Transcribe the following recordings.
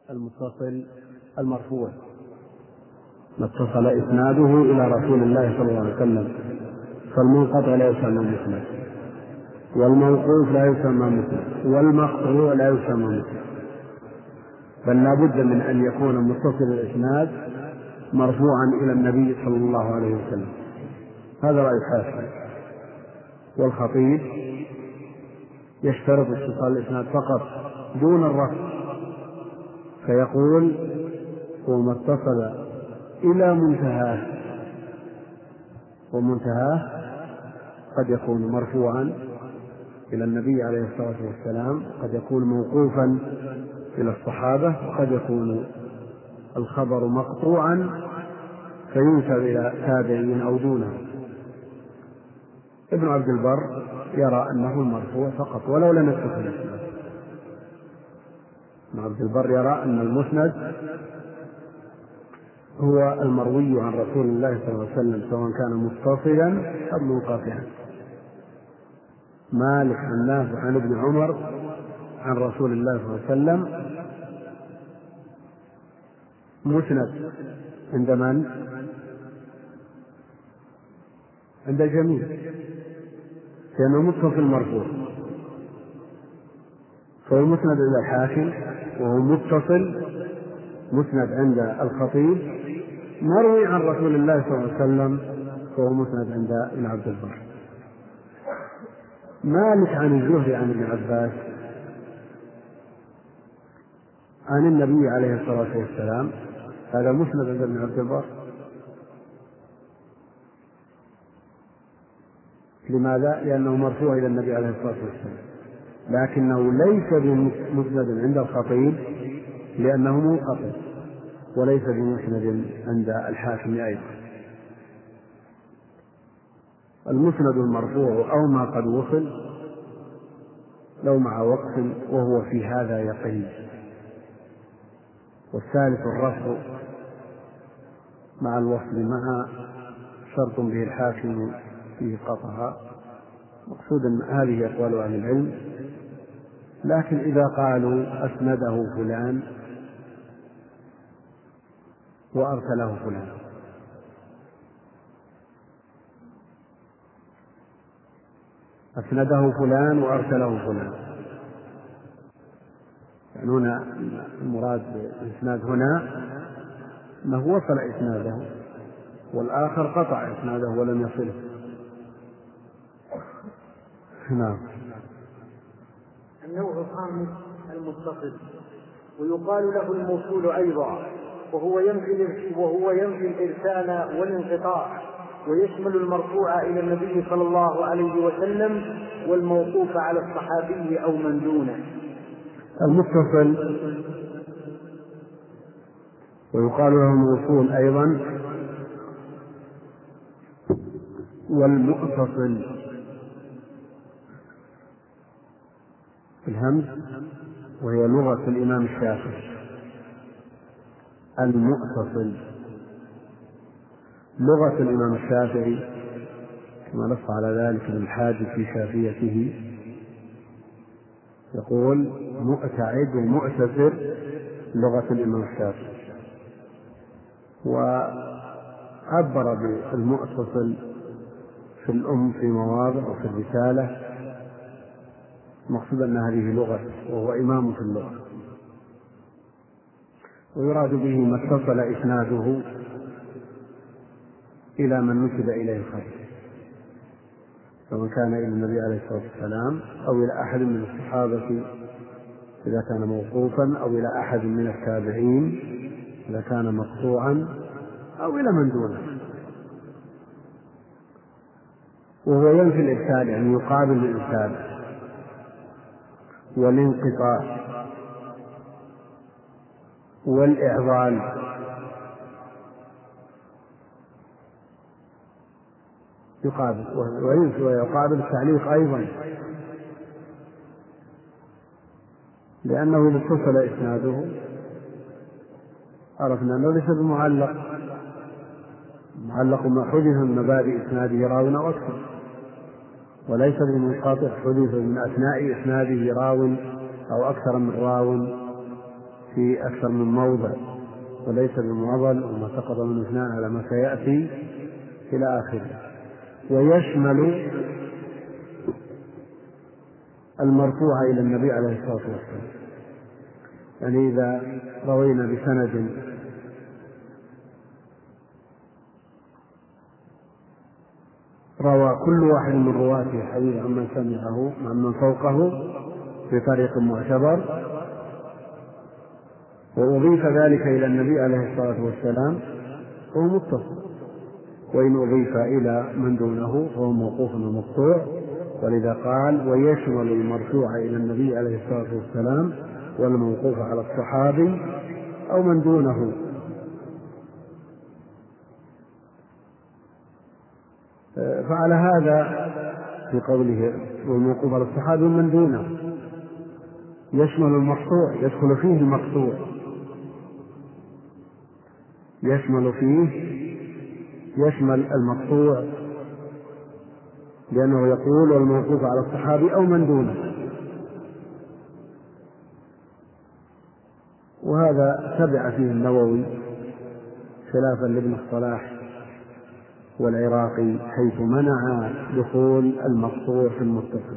المتصل المرفوع ما اتصل إسناده إلى رسول الله صلى الله عليه وسلم، فالمنقطع لا يسمى مسند، والموقوف لا يسمى مسند، والمقطوع لا يسمى مسند، بل لا بد من أن يكون متصل الإسناد مرفوعا إلى النبي صلى الله عليه وسلم. هذا رأي الحافظ. والخطيب يشترط اتصال الإسناد فقط دون الرفع، فيقول وما اتصل إلى منتهاه، ومنتهاه قد يكون مرفوعا إلى النبي عليه الصلاة والسلام، قد يكون موقوفا إلى الصحابة، وقد يكون الخبر مقطوعا فينسب إلى تابعين أو دونه. ابن عبد البر يرى أنه المرفوع فقط ولو لم يتصل الإسناد. ابن عبد البر يرى أن المسند هو المروي عن رسول الله صلى الله عليه وسلم سواء كان متصلا أو منقطعا. مالك عن نافع عن ابن عمر عن رسول الله صلى الله عليه وسلم مسند عند من؟ عند الجميع، لأنه متصل مرفوع، فهو مسند عند الحاكم، وهو متصل مسند عند الخطيب، مروي عن رسول الله صلى الله عليه وسلم فهو مسند عند ابن عبد البر. مالك عن الزهري عن ابن عباس عن النبي عليه الصلاة والسلام، هذا مسند عند ابن عبد البر. لماذا؟ لأنه مرفوع إلى النبي عليه الصلاة والسلام، لكنه ليس بمسند عند الخطيب لأنه منقطع، وليس بمسند عند الحاكم أيضا. المسند المرفوع أو ما قد وصل لو مع وقف، وهو في هذا يقين. والثالث الرفع مع الوصل مع شرط به الحاكم فيه قطعها. مقصود أن هذه أقوال أهل العلم، لكن إذا قالوا أسنده فلان وأرسله فلان، أسنده فلان وأرسله فلان، يعني هنا المراد بالإسناد هنا أنه وصل إسناده والآخر قطع إسناده ولم يصله. نعم. النوع الخامس المتصل، ويقال له الموصول أيضا، وهو ينفي الإرسال والانقطاع، ويشمل المرفوع إلى النبي صلى الله عليه وسلم والموقوف على الصحابي أو من دونه. المتصل ويقال له الموصول أيضا والمؤتصل بالهمز، وهي لغة الإمام الشافعي. المؤتصل لغة الإمام الشافعي كما نص على ذلك ابن الحاجب في شافيته، يقول مؤتعد ومؤتسر لغة الإمام الشافعي. وعبر بالمؤتصل في الأم في مواضع وفي الرسالة، مقصود أن هذه لغة وهو إمام في اللغة، ويراد به ما اتصل إسناده إلى من نسب إليه الخبر، سواء كان إلى النبي عليه الصلاة والسلام أو إلى أحد من الصحابة إذا كان موقوفا، أو إلى أحد من التابعين إذا كان مقطوعا، أو إلى من دونه. وهو ينفي الإرسال، يعني يقابل الإرسال والانقطاع والإعضال، يقابل ويقابل التعليق أيضا، لأنه إذا اتصل إسناده عرفنا أنه ليس بمعلق، معلق ما حدث من مبادئ إسناده راو أو أكثر، وليس بمنقطع حدث من أثناء إسناده راو أو أكثر من راو في أكثر من موضع وليس بمعضل، وما سقط من اثنان على ما سيأتي إلى آخره. ويشمل المرفوع إلى النبي عليه الصلاة والسلام، يعني إذا روينا بسند روى كل واحد من رواته حديث عمن سمعه عمن فوقه بطريق معتبر، وأضيف ذلك إلى النبي عليه الصلاة والسلام فهو متصل، وإن أضيف إلى من دونه فهو موقوف ومقطوع. ولذا قال ويشمل المرفوع إلى النبي عليه الصلاة والسلام والموقوف على الصحابي أو من دونه. فعلى هذا في قوله والموقوف على الصحابي ومن دونه يشمل المقطوع، يدخل فيه المقطوع، يشمل المقطوع، لأنه يقول والموقوف على الصحابي أو من دونه. وهذا تبع فيه النووي خلافا لابن الصلاح والعراقي، حيث منع دخول المقطوع في المتصل.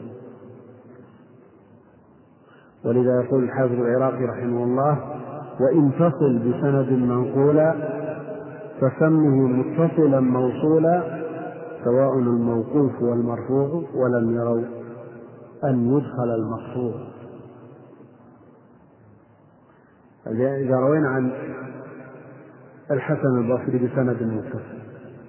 ولذا يقول الحافظ العراقي رحمه الله وإن تصل بسند منقولا فسمه متصلا موصولا سواء الموقوف والمرفوع ولم يروا أن يدخل المقطوع. إذا روينا عن الحسن البصري بسند متصل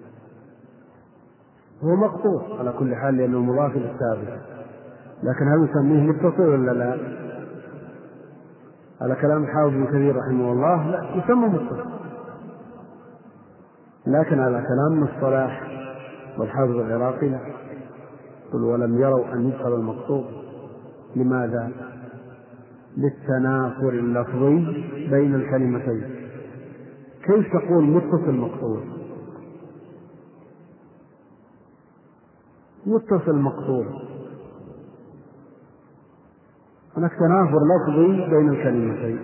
هو مقطوع على كل حال لأنه مضاف للثابت، لكن هل نسميه متصل ولا لا؟ على كلام الحافظ ابن كثير رحمه الله لا، يسمى متصل، لكن على كلام الصلاح والحافظ العراقي لا، قل ولم يروا أن يدخل المقطوع. لماذا؟ للتنافر اللفظي بين الكلمتين. كيف تقول متصل مقطوع؟ متصل مقطوع، هناك تنافر لفظي بين الكلمتين.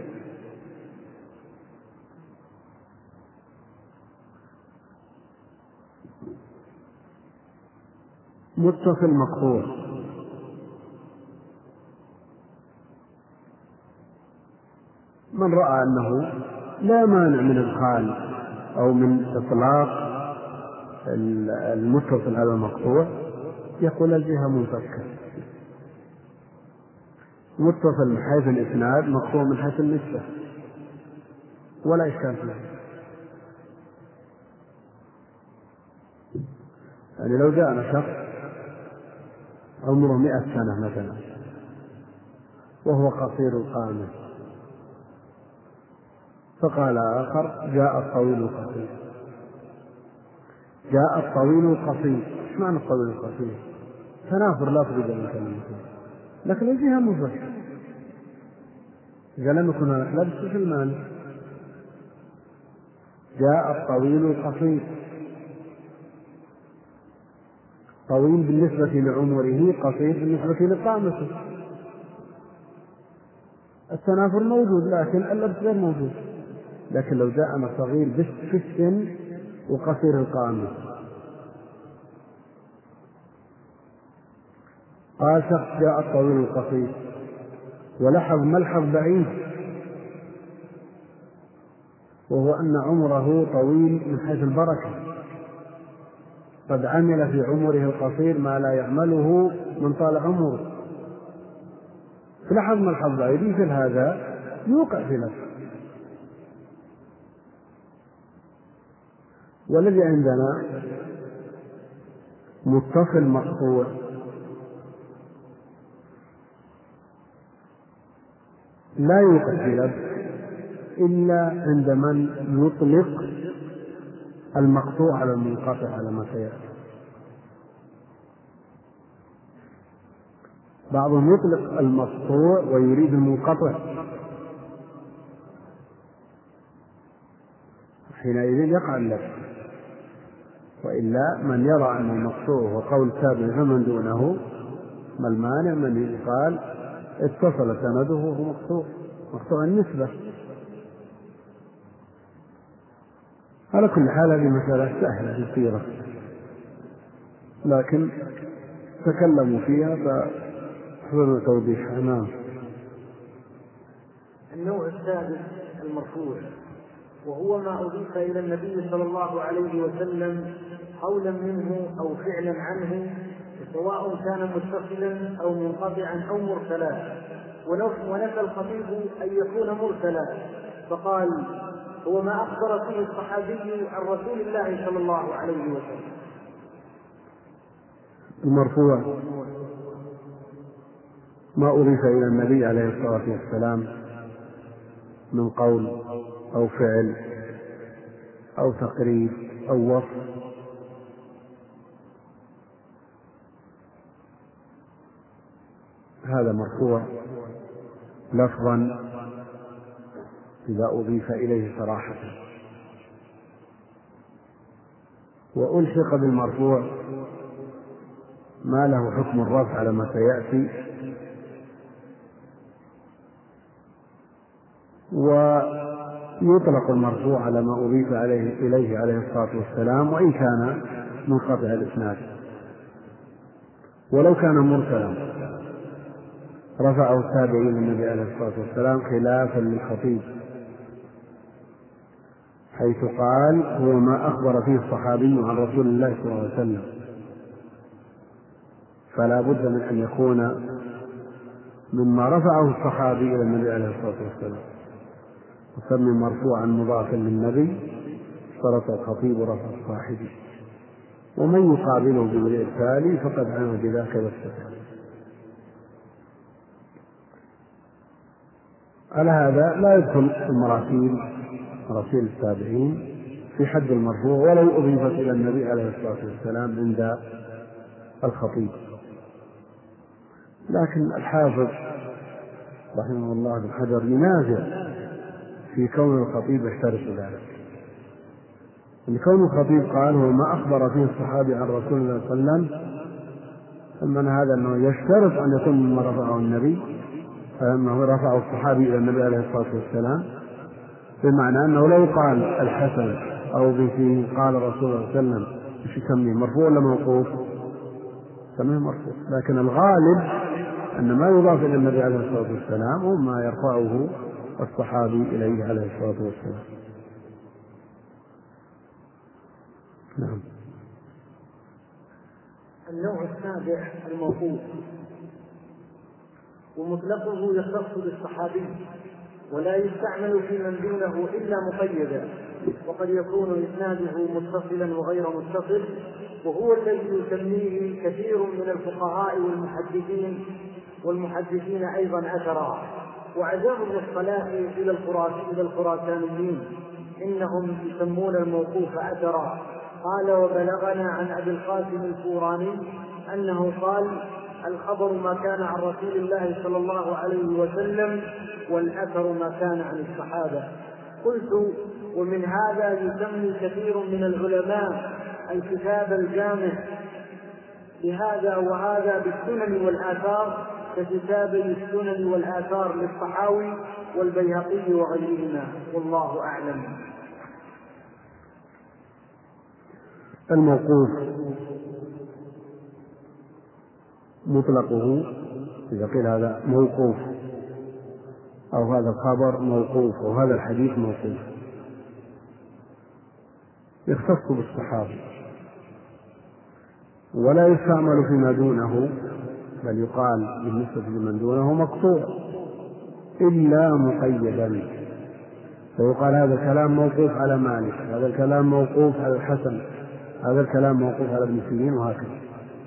متصل مقطوع من رأى أنه لا مانع من إدخال أو من إطلاق المتصل على المقطوع يقول الجهة منفكة، متصل من حيث الإسناد مقطوع من حيث النسبة ولا إشكال فيه. يعني لو جاءنا شخص عمره 100 سنة مثلا وهو قصير القامة، فقال آخر جاء الطويل القصير، جاء الطويل القصير. ايش معنى الطويل القصير؟ تنافر لفظي بين الكلمتين، لكن الجهة مفرد. إذا لم يكن هناك لبس في المعنى. جاء الطويل القصير، طويل بالنسبة لعمره، قصير بالنسبة لقامته. التنافر موجود لكن اللبس غير موجود. لكن لو جاءنا صغير في السن وقصير القامة، قال شخص جاء الطويل القصير ولحظ ملحظ بعيد، وهو أن عمره طويل من حيث البركة، قد عمل في عمره القصير ما لا يعمله من طال عمره. في لحظ ملحظ بعيد مثل هذا يوقع في نفسه. والذي عندنا متصل مقطوع لا يوقع في لبس إلا عند من يطلق المقطوع على المنقطع على ما سيأتي. بعضهم يطلق المقطوع ويريد المنقطع، حينئذ يقع اللبس. وإلا من يرى أن المقطوع هو قول تابع فمن دونه، ما المانع من يقال اتصل سنده وهو مقطوع مقطوع النسبة. على كل حال هذه مسألة سهلة يسيرة، لكن تكلموا فيها فحضروا توضيحها. نعم. النوع السادس المرفوع، وهو ما أضيف إلى النبي صلى الله عليه وسلم قولا منه أو فعلا عنه، سواء كان متصلا أو منقطعا أو مرسلا. ونفى الخطيب أن يكون مرسلا فقال: هو ما أخبر فيه الصحابي عن رسول الله صلى الله عليه وسلم. المرفوع ما أضيف إلى النبي عليه الصلاة والسلام من قول أو فعل أو تقرير أو وصف، هذا مرفوع لفظا إذا أضيف إليه صراحة. وألحق بالمرفوع ما له حكم الرفع على ما سيأتي، ويطلق المرفوع على ما أضيف إليه عليه الصلاة والسلام وإن كان منقطع الإسناد. ولو كان مرسلا رفعه التابعين للنبي عليه الصلاة والسلام خلافا للخطيب، حيث قال: هو ما أخبر فيه الصحابي عن رسول الله صلى الله عليه وسلم، فلا بد من أن يكون مما رفعه الصحابي إلى النبي عليه الصلاة والسلام. وسمي مرفوعا مضافا للنبي اشترط الخطيب رفع الصاحب، ومن يقابله بالإرسال فقد عمل بذاك والسلام. على هذا لا يدخل مراسيل التابعين في حد المرفوع ولو أضيفت إلى النبي عليه الصلاة والسلام عند الخطيب. لكن الحافظ رحمه الله بن حجر ينازع في كون الخطيب يشترط ذلك، إن كون الخطيب قال: هو ما أخبر فيه الصحابي عن رسول الله صلى الله عليه وسلم، فمن هذا أنه يشترط أن يكون مما رفعه النبي، فإنه رفعه الصحابي إلى النبي عليه الصلاة والسلام، بمعنى أنه لو قال الحسن أو به قال رسول الله صلى الله عليه وسلم مش يسميه مرفوع ولا موقوف؟ يسميه مرفوع. لكن الغالب أن ما يضاف إلى النبي عليه الصلاة والسلام هو ما يرفعه الصحابي إليه عليه الصلاة والسلام. نعم. النوع السابع الموقوف، ومطلقه يختص بالصحابي ولا يستعمل في من دونه إلا مقيدا، وقد يكون إسناده متصلا وغير متصل، وهو الذي يسميه كثير من الفقهاء والمحدثين أيضا أثرا. وعزام بن الصلاح إلى الخراسانيين إنهم يسمون الموقوف أثرا. قال: وبلغنا عن أبي القاسم الفوراني أنه قال: الخبر ما كان عن رسول الله صلى الله عليه وسلم، والأثر ما كان عن الصحابة. قلت: ومن هذا يسمي كثير من العلماء الكتاب الجامع لهذا وهذا بالسنن والآثار ككتابي السنن والآثار للطحاوي والبيهقي وغيرهما، والله أعلم. الموقوف مطلقه إذا قيل هذا موقوف أو هذا الخبر موقوف أو هذا الحديث موقوف يختص بالصحابة ولا يستعمل فيما دونه، بل يقال بالنسبة لمن دونه مقطوع إلا مقيدا، فيقال هذا الكلام موقوف على مالك، هذا الكلام موقوف على الحسن، هذا الكلام موقوف على ابن سيرين، وهكذا.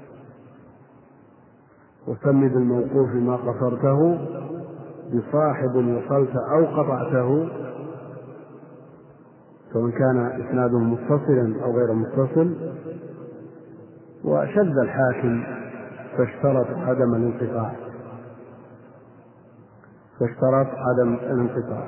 وسمي بالموقوف ما قصرته بصاحب وصلت أو قطعته، سواء كان إسناده متصلا أو غير متصل. وشذ الحاكم فاشترط عدم الانقطاع.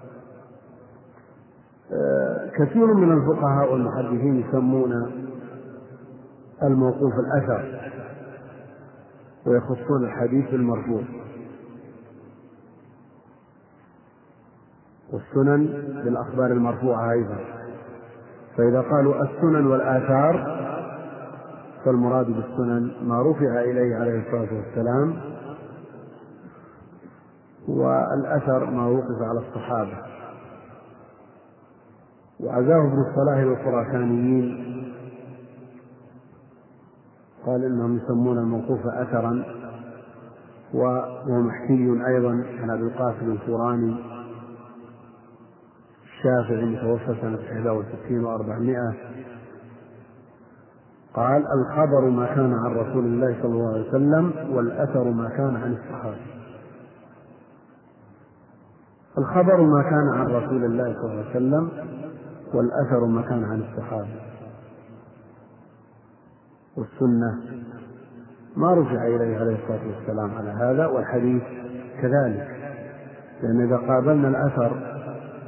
كثير من الفقهاء والمحدثين يسمون الموقوف الأثر ويخصون الحديث بالمرفوع، والسنن بالأخبار المرفوعة أيضا. فإذا قالوا السنن والآثار فالمراد بالسنن ما رفع إليه عليه الصلاة والسلام، والأثر ما وقف على الصحابة. وعزاه ابن الصلاح للخراسانيين قال إنهم يسمون الموقوف أثرا، وهو محكي أيضا عن أبي القاسم الفوراني الشافعي المتوفى سنة 61 و400. قال: الخبر ما كان عن رسول الله صلى الله عليه وسلم، والأثر ما كان عن الصحابة. الخبر ما كان عن رسول الله صلى الله عليه وسلم، والأثر ما كان عن الصحابة. والسنة ما رفع إليه عليه الصلاة والسلام على هذا، والحديث كذلك، لأن إذا قابلنا الأثر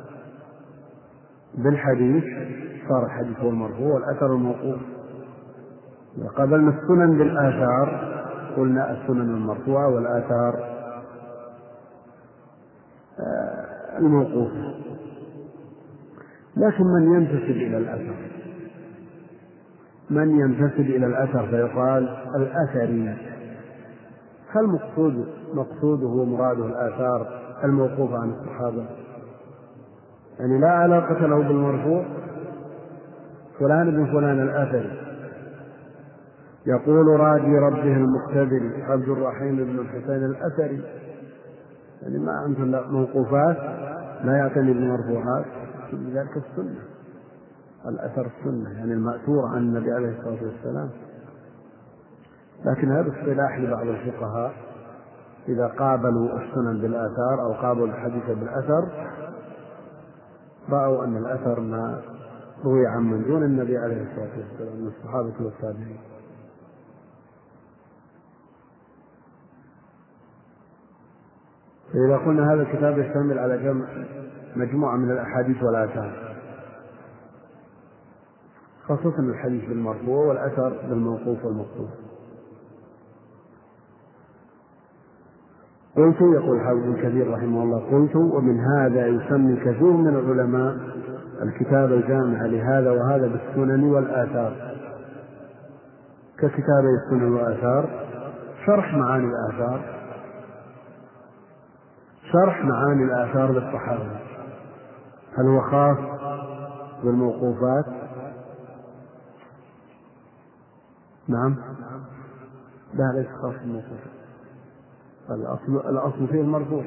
بالحديث صار الحديث هو المرفوع والأثر الموقوف. إذا قابلنا السنن بالآثار قلنا السنن المرفوعة والآثار الموقوف. لكن من ينتسب إلى الأثر فيقال الأثري، هل مقصوده مراده الآثار الموقوفة عن الصحابة؟ يعني لا علاقة له بالمرفوع. فلان بن فلان الأثري يقول: راجي ربه المقتدر عبد الرحيم بن الحسين الأثري، يعني ما أنتم موقوفات لا يعتني بالمرفوعات. لذلك السنة، الأثر السنة، يعني المأثور عن النبي عليه الصلاة والسلام. لكن هذا اصطلاح لبعض الفقهاء، إذا قابلوا السنن بالآثار أو قابلوا الحديث بالأثر رأوا أن الأثر ما روي عن من دون النبي عليه الصلاة والسلام من الصحابة والتابعين. فإذا قلنا هذا الكتاب يشتمل على مجموعة من الأحاديث والآثار، خصوصا الحديث بالمرفوع والأثر بالموقوف والمقطوع. قلت، يقول الحافظ ابن كثير رحمه الله: قلت: ومن هذا يسمي كثير من العلماء الكتاب الجامع لهذا وهذا بالسنن والآثار، ككتاب السنن والآثار شرح معاني الآثار للصحابة. هل هو خاص بالموقوفات؟ نعم، لا، ليس خاص بالموقوفات. الأصل فيه المرفوع.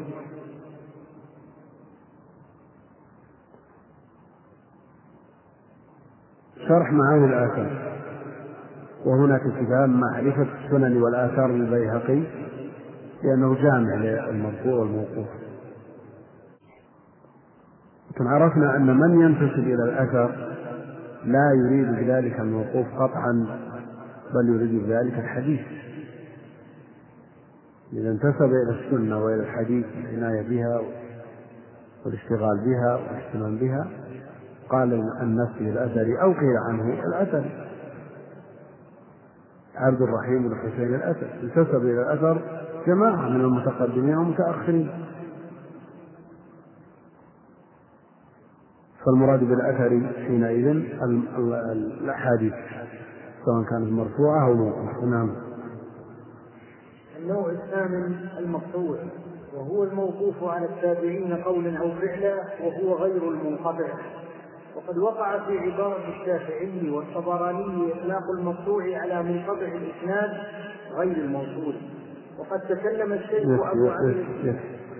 شرح معاني الآثار. وهناك كتاب معرفة السنن والآثار للبيهقي، لأنه جامع للمرفوع والموقوف. لكن عرفنا أن من ينتسب إلى الأثر لا يريد بذلك الموقوف قطعا، بل يريد بذلك الحديث. إذا انتسب إلى السنة وإلى الحديث العناية بها والاشتغال بها والاهتمام بها قال النفس الأثري، أو قيل عنه الأثري. عبد الرحيم بن الحسين الأثري انتسب إلى الأثر جماعة من المتقدمين والمتأخرين. فالمراد بالأثر حينئذ الأحاديث سواء كانت مرفوعة أو موقوفة. نعم. النوع الثامن المقطوع، وهو الموقوف على التابعين قولا أو فعلا، وهو غير المنقطع. وقد وقع في عبارة الشافعي والطبراني إطلاق المقطوع على منقطع الإسناد غير الموصول. وقد تكلم الشيخ أبو علي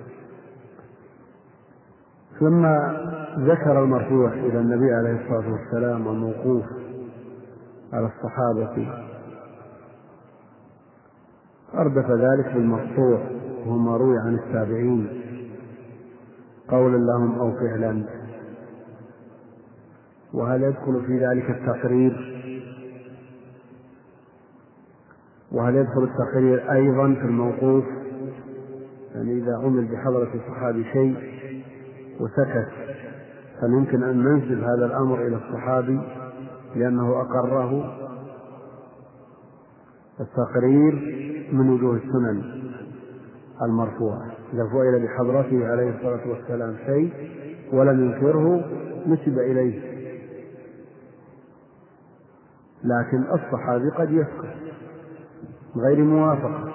لما ذكر المرفوع إلى النبي عليه الصلاة والسلام والموقوف على الصحابة أردف ذلك بالمقطوع، وهو ما روي عن التابعين قولا لهم أو فعلا. وهل يدخل في ذلك التقرير؟ وهل يدخل التقرير أيضا في الموقوف؟ يعني إذا عمل بحضرة الصحابي شيء وسكت، فممكن أن ننسب هذا الأمر إلى الصحابي لأنه أقره. التقرير من وجوه السنن المرفوعة، إذا فعل بحضرته عليه الصلاة والسلام شيء ولم ينكره نسب إليه، لكن الصحابي قد يسكت غير موافقة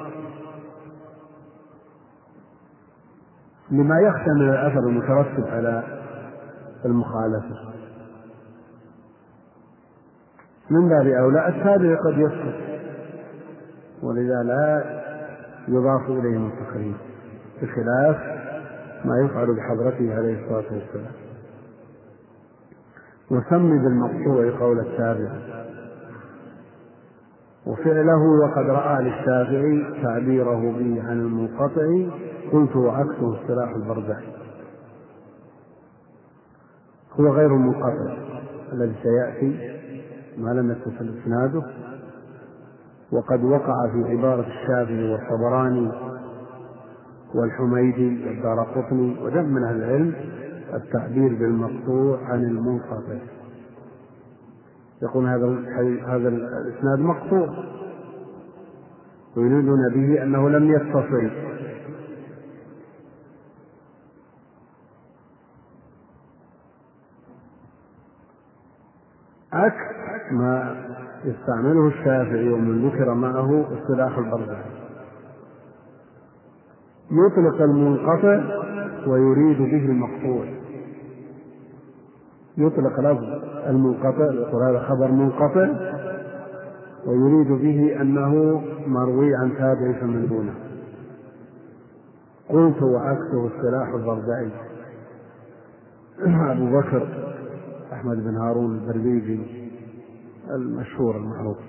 لما يخشى من الأثر المترتب على المخالفة. من باب أولى التابع قد يسكت، ولذا لا يضاف إليهم التقريب، بخلاف ما يفعل بحضرته عليه الصلاة والسلام. وسمي بالمقطوع قول التابع وفعله، وقد رأى للشافعي تعبيره به عن المنقطع قلت وعكسه اصطلاح البرزخي. هو غير المنقطع الذي سيأتي ما لم يتصل إسناده، وقد وقع في عبارة الشافعي والطبراني والحميدي والدارقطني وجمع من أهل العلم التعبير بالمقطوع عن المنقطع، يقول هذا الإسناد مقطوع، ويريدون به أنه لم يتصل. عكس ما يستعمله الشافعي ومن ذكر معه اصطلاح البرزخي، يطلق المنقطع ويريد به المقطوع، يطلق لفظ المنقطع يقول هذا خبر منقطع ويريد به أنه مروي عن تابع فمن دونه. قلت وعكسه اصطلاح البرزخي. أبو بكر أحمد بن هارون البرزيجي المشهور المعروف.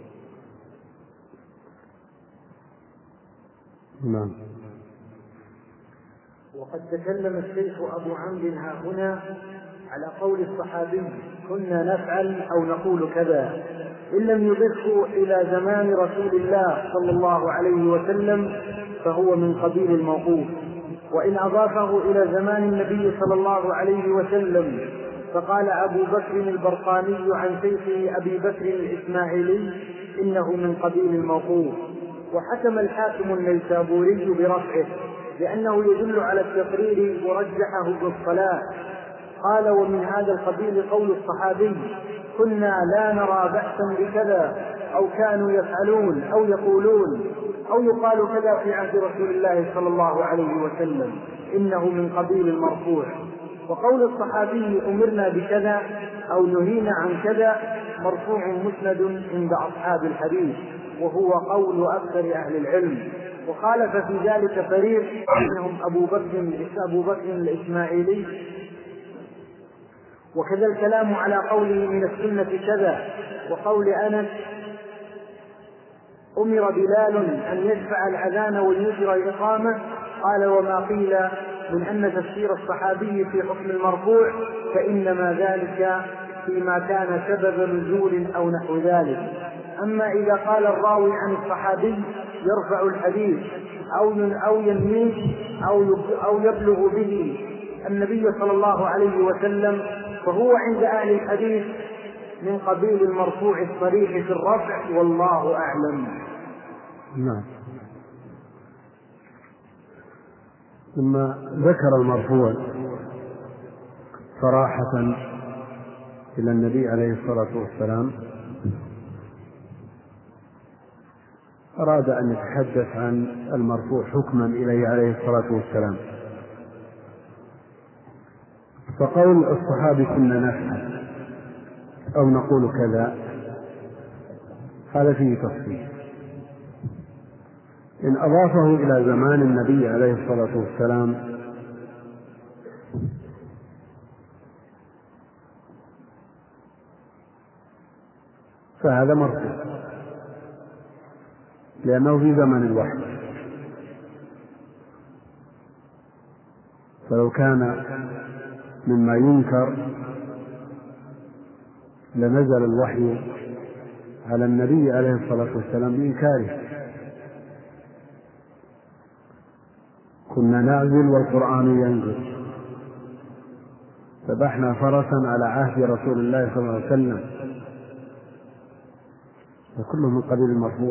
نعم. وقد تكلم الشيخ أبو عمرو ها هنا على قول الصحابي كنا نفعل أو نقول كذا، إن لم يضفه إلى زمان رسول الله صلى الله عليه وسلم فهو من قبيل الموقوف، وإن أضافه إلى زمان النبي صلى الله عليه وسلم فقال أبو بكر البرقاني عن شيخه أبي بكر الإسماعيلي إنه من قبيل الموقوف. وحكم الحاكم النيسابوري برفعه لأنه يدل على التقرير ورجحه بالصلاة. قال ومن هذا القبيل قول الصحابي كنا لا نرى بأسا بكذا، أو كانوا يفعلون أو يقولون أو يقال كذا في عهد رسول الله صلى الله عليه وسلم، إنه من قبيل المرفوع. وقول الصحابي أمرنا بكذا أو نهينا عن كذا مرفوع مسند عند أصحاب الحديث، وهو قول أكثر أهل العلم. وخالف في ذلك فريق منهم أبو بكر الإسماعيلي. وكذا الكلام على قوله من السنة كذا، وقول أنس أمر بلال أن يشفع الأذان ويوتر الإقامة. قال وما قيل من أن تفسير الصحابي في حكم المرفوع فإنما ذلك فيما كان سبب نزول أو نحو ذلك. أما إذا قال الراوي عن الصحابي يرفع الحديث أو ينميه أو يبلغ به النبي صلى الله عليه وسلم فهو عند أهل الحديث من قبيل المرفوع الصريح في الرفع، والله أعلم. نعم. ثم ذكر المرفوع صراحة إلى النبي عليه الصلاة والسلام، أراد أن يتحدث عن المرفوع حكما إليه عليه الصلاة والسلام. فقول الصحابي كنا نفعل أو نقول كذا هذا فيه تفصيل. إن أضافه إلى زمان النبي عليه الصلاة والسلام فهذا مرفوع لأنه في زمن الوحي، فلو كان مما ينكر لنزل الوحي على النبي عليه الصلاة والسلام بإنكاره. كنا نعزل والقرآن ينزل، ذبحنا فرسا على عهد رسول الله صلى الله عليه وسلم، وكله من قبيل المرفوع.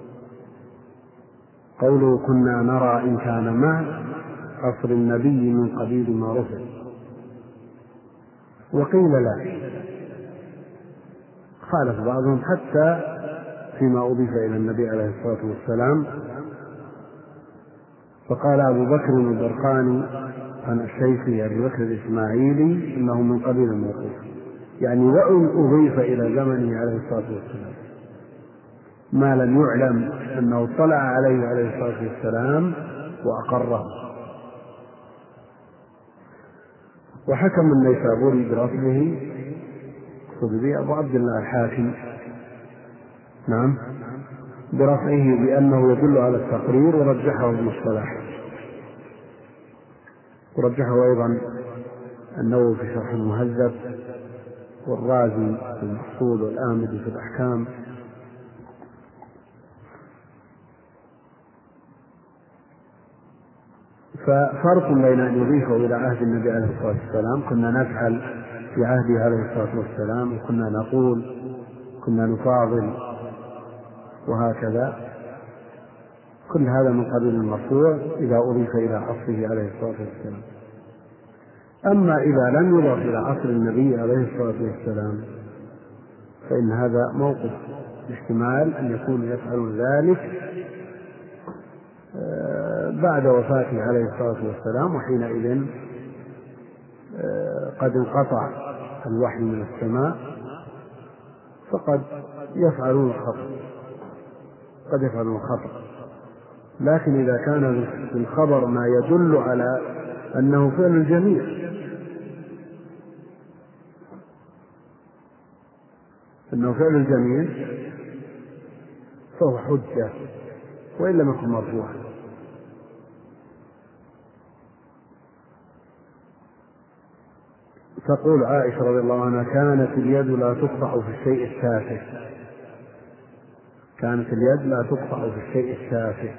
قوله كنا نرى إن كان مع عصر النبي من قبيل ما رفع، وقيل لا، خالف بعضهم حتى فيما أضيف إلى النبي عليه الصلاة والسلام. فقال أبو بكر البرقاني عن الشيخي أبي بكر الإسماعيلي إنه من قبيل الموقوف، يعني وإن أضيف إلى زمنه عليه الصلاة والسلام ما لم يعلم أنه اطلع عليه الصلاة والسلام وأقره. وحكم النيسابوري برفعه صدبي أبو عبد الله الحاكم، نعم، برفعه بأنه يدل على التقرير، ورجحه المصطلح، ورجحه أيضا النووي في شرح المهذب، والرازي في المحصول، والآمدي في الأحكام. ففرق بين أن يضيفه إلى عهد النبي عليه الصلاة والسلام، كنا نفعل في عهده عليه الصلاة والسلام، وكنا نقول، كنا نفاضل، وهكذا، كل هذا من قبيل المرفوع إذا أضيف إلى عصره عليه الصلاة والسلام. أما إذا لم يضاف إلى عصر النبي عليه الصلاة والسلام فإن هذا موقف، احتمال أن يكون يفعل ذلك بعد وفاته عليه الصلاة والسلام، وحينئذ قد انقطع الوحي من السماء، فقد يفعلون الخطأ، قد يفعلون الخطأ. لكن إذا كان في الخبر ما يدل على أنه فعل الجميع، فهو حجة وإن لم يكن مرفوعا. تقول عائشة رضي الله عنها: كانت اليد لا تقطع في الشيء التافه، كانت اليد لا تقطع في الشيء التافه.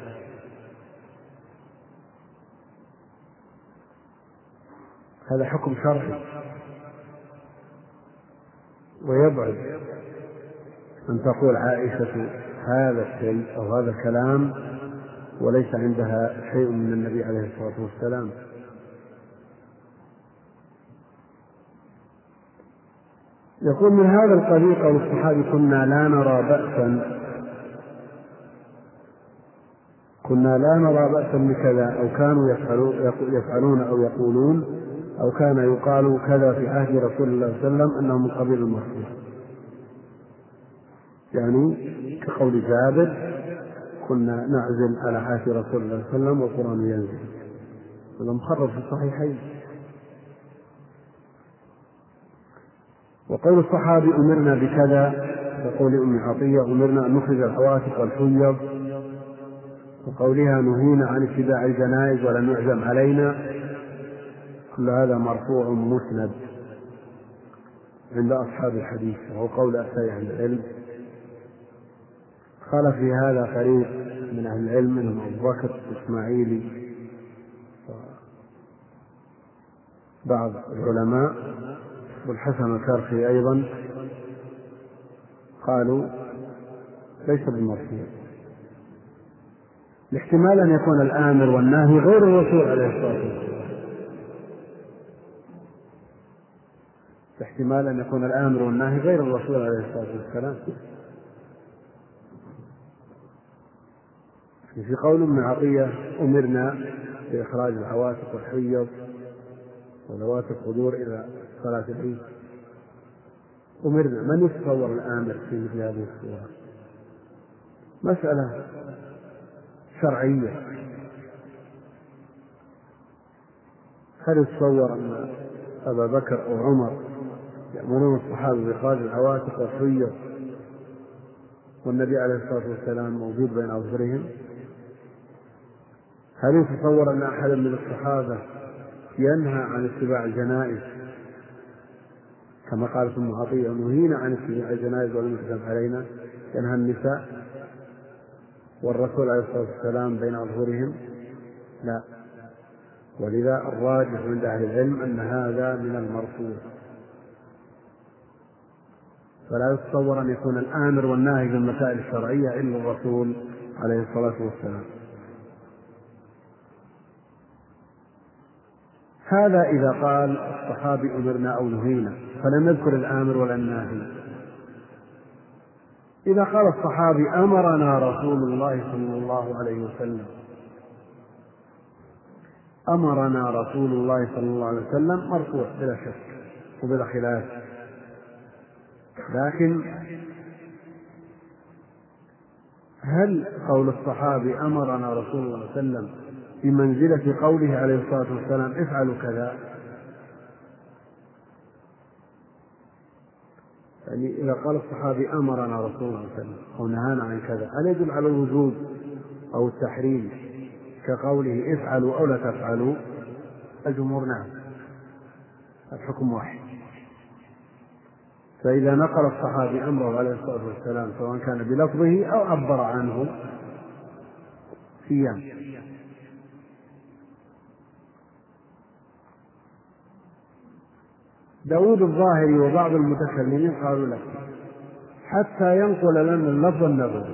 هذا حكم شرعي، ويبعد أن تقول عائشة هذا الشيء أو هذا الكلام وليس عندها شيء من النبي عليه الصلاة والسلام. يقول: من هذا القبيل قول الصحابي: كنا لا نرى بأسا بكذا، أو كانوا يفعلون أو يقولون، أو كان يقال كذا في عهد رسول الله صلى الله عليه وسلم، أنه من قبيل المرفوع، يعني كقول جابر: كنا نعزل على عهد رسول الله صلى الله عليه وسلم والقرآن ينزل. هذا مخرج في الصحيحين. وقول الصحابي: أمرنا بكذا، كقول أم عطية: أمرنا أن نخرج العواتق والحيض، وقولها: نهينا عن اتباع الجنائز ولم يعزم علينا. كل هذا مرفوع مسند عند أصحاب الحديث، وهو قول أكثر أهل العلم. قال في هذا فريق من أهل العلم منهم أبو بكر الإسماعيلي وبعض العلماء، والحسن الكرخي أيضا، قالوا ليس بالمرفوع، لاحتمال أن يكون الآمر والناهي غير الرسول عليه الصلاة والسلام، احتمال أن يكون الآمر والناهي غير الرسول عليه الصلاة والسلام. في قول ابن عطية: أمرنا بإخراج العواتق والحيض وذوات القدور إلى صلاة العيد. أمرنا، من يتصور الآمر في مثل هذه الصورة؟ مسألة شرعية. هل يتصور أن أبا بكر أو عمر يأمرون الصحابة بإخراج العواتق والحيض والنبي عليه الصلاة والسلام موجود بين أظهرهم؟ هل يتصور أن أحدا من الصحابة ينهى عن اتباع الجنائز كما قالت ام عطية: نهينا عن اتباع الجنائز ولم يحزم علينا، ينهى النساء والرسول عليه الصلاة والسلام بين أظهرهم؟ لا. ولذا الراجح عند أهل العلم أن هذا من المرفوع، فلا يتصور أن يكون الآمر والناهي في المسائل الشرعية إلا الرسول عليه الصلاة والسلام. هذا إذا قال الصحابي أمرنا أو نهينا، فلم يذكر الآمر ولا الناهي. إذا قال الصحابي أمرنا رسول الله صلى الله عليه وسلم، أمرنا رسول الله صلى الله عليه وسلم مرفوع بلا شك وبلا خلاف. لكن هل قول الصحابي أمرنا رسول الله صلى الله عليه وسلم بمنزلة قوله عليه الصلاة والسلام افعلوا كذا؟ يعني إذا قال الصحابي أمرنا رسول الله صلى الله عليه وسلم أو نهانا عن كذا، هل يدل على الوجوب أو التحريم كقوله افعلوا أو لا تفعلوا؟ الجمهور نعم، الحكم واحد. فإذا نقل الصحابي أمره عليه الصلاة والسلام سواء كان بلفظه أو عبر عنه صيام. داود الظاهري وبعض المتكلمين قالوا له حتى ينقل لنا اللفظ النبوي،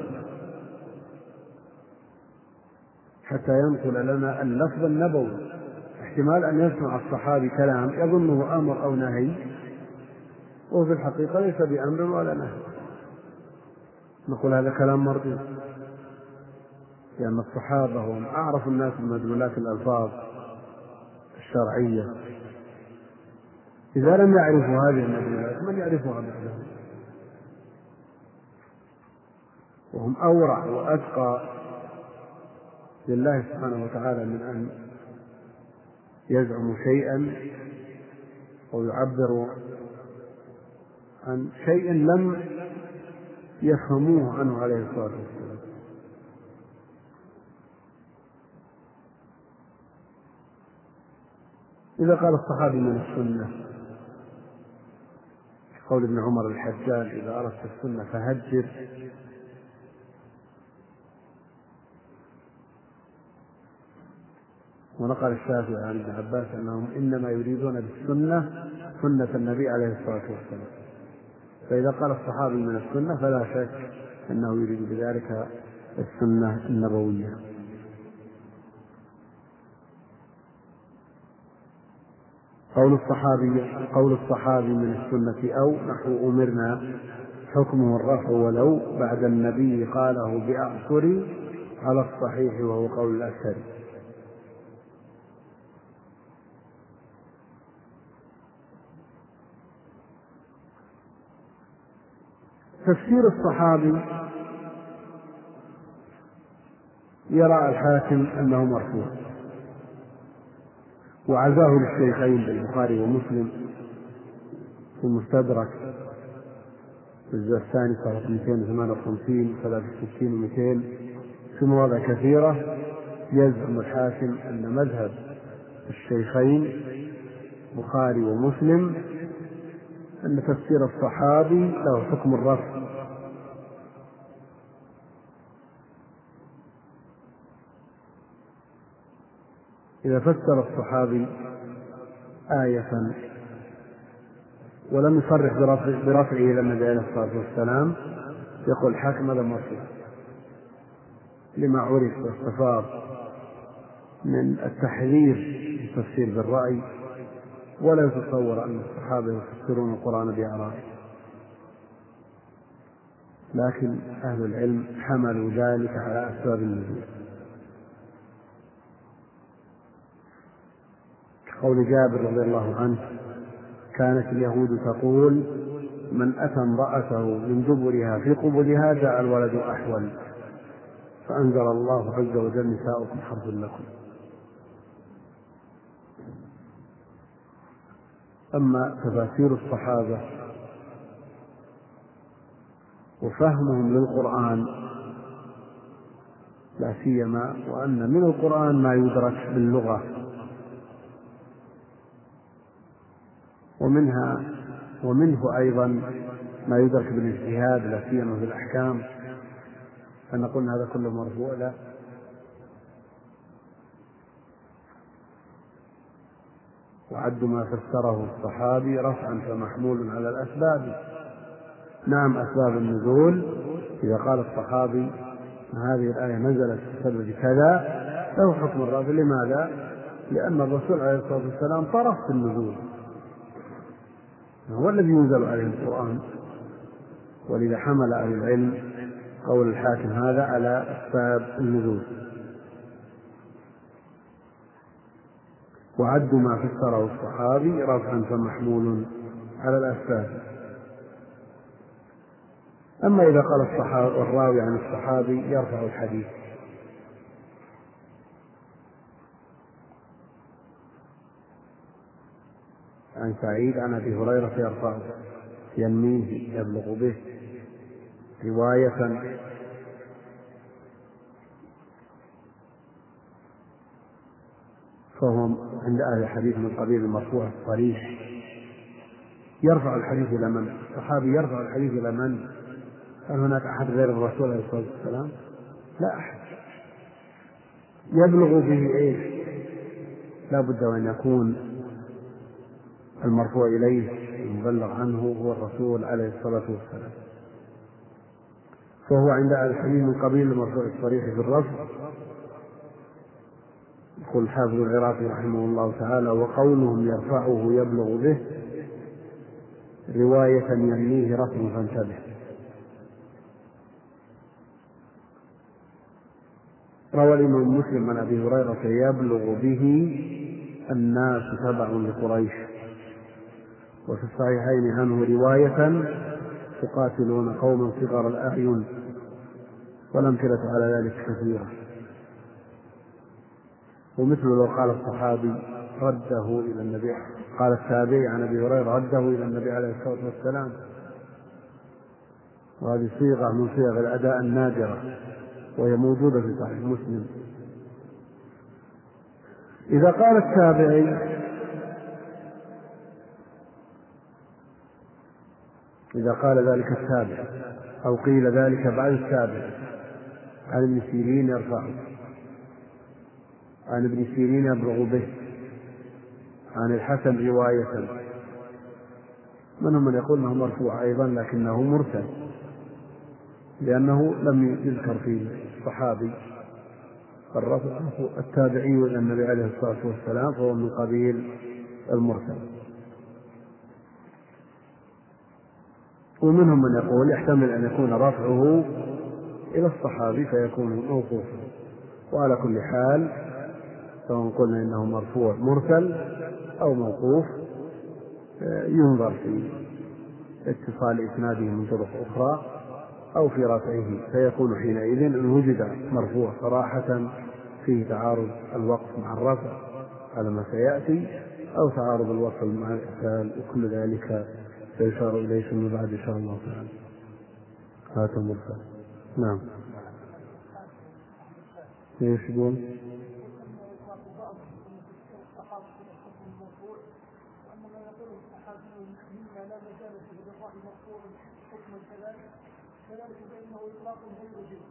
حتى ينقل لنا اللفظ النبوي. احتمال أن يسمع الصحابي كلام يظنه أمر أو نهي وفي الحقيقة ليس بأمر ولا نهي، نقول هذا كلام مردود، لأن الصحابة هم أعرف الناس بمدلولات الألفاظ الشرعية. إذا لم يعرفوا هذه المدلولات من يعرفها بعدهم؟ وهم أورع وأتقى لله سبحانه وتعالى من أن يزعموا شيئا أو يعبروا عن شيء لم يفهموه عنه عليه الصلاة والسلام. إذا قال الصحابي من السنة قول ابن عمر الحجاج إذا أردت السنة فهجر، ونقل الشافعي عن ابن عباس أنهم إنما يريدون بالسنة سنة النبي عليه الصلاة والسلام. فإذا قال الصحابي من السنة فلا شك أنه يريد بذلك السنة النبوية. قول الصحابي من السنة أو نحو أمرنا حكمه الرفع ولو بعد النبي قاله بأعصري على الصحيح وهو قول الأكثر. تفسير الصحابي يرى الحاكم أنه مرفوع وعزاه للشيخين بالبخاري ومسلم في المستدرك في الجزء الثاني صفحة 258 63 و200 في مواضع كثيرة. يزعم الحاكم أن مذهب الشيخين البخاري ومسلم أن تفسير الصحابي له حكم الرفع، إذا فسر الصحابي آية ولم يصرح برفعه إلى النبي عليه الصلاة والسلام يقول الحاكم هذا مرفوع لما عرف واستفاض من التحذير في التفسير بالرأي، ولا يتصور أن الصحابة يفسرون القرآن بآراء، لكن أهل العلم حملوا ذلك على أسباب النزول. قول جابر رضي الله عنه كانت اليهود تقول من أتى امرأته من دبرها في قبلها جاء الولد أحول، فأنزل الله عز وجل نساؤكم حرث لكم. أما تفاسير الصحابة وفهمهم للقرآن لا سيما وأن من القرآن ما يدرك باللغة ومنه أيضا ما يدرك بالاجتهاد لا سيما في الأحكام، فنقول هذا كله مرفوع لا. وعد ما فسره الصحابي رفعا فمحمول على الأسباب. نعم أسباب النزول إذا قال الصحابي هذه الآية نزلت بسبب كذا له حكم الرفع. لماذا؟ لأن الرسول عليه الصلاة والسلام طرف في النزول، هو الذي ينزل عليه القرآن، ولذا حمل أهل العلم قول الحاكم هذا على أسباب النزول، وعد ما فسره الصحابي رفعا فمحمول على الأسباب. أما إذا قال الراوي عن الصحابي يرفع الحديث، عن سعيد عن أبي هريرة يرفعه ينميه يبلغ به رواية، فهو عند أهل الحديث من قبيل المرفوع الصريح. يرفع الحديث إلى من؟ الصحابي يرفع الحديث إلى من؟ هل هناك أحد غير الرسول عليه الصلاة والسلام؟ لا أحد. يبلغ به إيش؟ لا بد أن يكون المرفوع إليه المبلغ عنه هو الرسول عليه الصلاة والسلام، فهو عند أهل الحديث من قبيل المرفوع الصريح في الرفع. يقول الحافظ العراقي رحمه الله تعالى: وقولهم يرفعه يبلغ به رواية يمنيه رفع فانتبه. روى الإمام مسلم عن أبي هريرة يبلغ به الناس تبع لقريش، وفي الصحيحين عنه رواية تقاتلون قوما صغر الأعين، والأمثلة على ذلك كثيرة. ومثل لو قال الصحابي رده إلى النبي، قال التابعي عن أبي هريرة رده إلى النبي عليه الصلاة والسلام، وهذه صيغة من صيغ الأداء النادرة وهي موجودة في صحيح مسلم. إذا قال التابعي إذا قال ذلك التابع أو قيل ذلك بعد التابع عن ابن سيرين يرفعه، عن ابن سيرين يبلغ به، عن الحسن رواية، منهم من يقول انه مرفوع ايضا لكنه مرسل لانه لم يذكر فيه الصحابي، الرفع التابعي الى النبي عليه الصلاة والسلام فهو من قبيل المرسل. ومنهم من يقول يحتمل ان يكون رفعه الى الصحابي فيكون موقوفا، وعلى كل حال سواء قلنا انه مرفوع مرسل او موقوف ينظر في اتصال اسناده من طرق اخرى او في رفعه، فيكون حينئذ ان وجد مرفوع صراحة فيه تعارض الوقف مع الرفع على ما سيأتي، او تعارض الوصل مع الارسال، وكل ذلك سيشار اليه فيما بعد ان شاء الله تعالى. هذا مرسل. نعم. ايش يقول؟ كذلك فإنه إطلاق غير جزء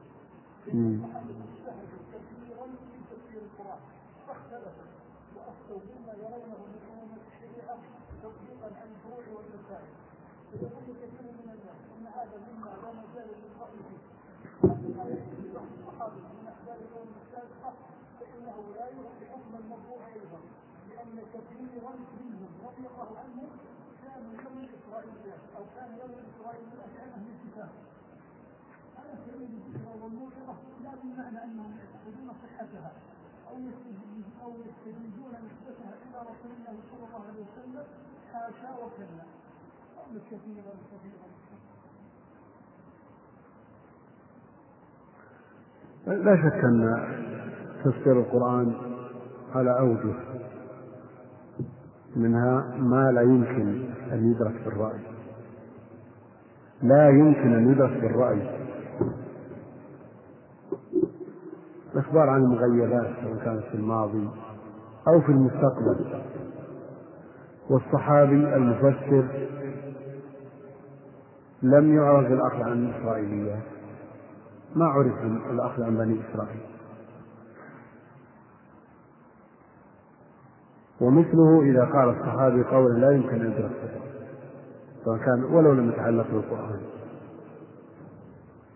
كثيرا في تفسير القرآن، فاختلفوا وأفتوا مما يرونه من عموم الشريعة تطبيقا عن الفروع والمسائل. فيقول كثير من الناس أن هذا مما لا مجال للرأي فيه، أما يأتي بعض الصحابة من أحباب الأمم السابقة فإنه لا يعطي حكم المرفوع أيضا، لأن كثيرا منهم رضي الله عنهم كانوا يوم الإسرائيليات أو كان يوم الإسرائيليات عن أهل الكتاب. هذا سبيل الذكر والموعظة لا بمعنى أنهم يعتقدون صحتها أو يستجيزون نسبتها إلى رسول الله صلى الله عليه وسلم، حاشا وكلا. أمر كثيرا. لا شك أن تفسير القرآن على أوجه، منها ما لا يمكن أن يدرك بالرأي، لا يمكن أن يدرك بالرأي. الإخبار عن المغيبات سواء كانت في الماضي أو في المستقبل، والصحابي المفسر لم يعرف الأخذ عن الإسرائيليات، ما عرف الأخذ عن بني إسرائيل. ومثله إذا قال الصحابي قولا لا يمكن أن يدرك سواء كان ولو لم يتعلق بالقرآن.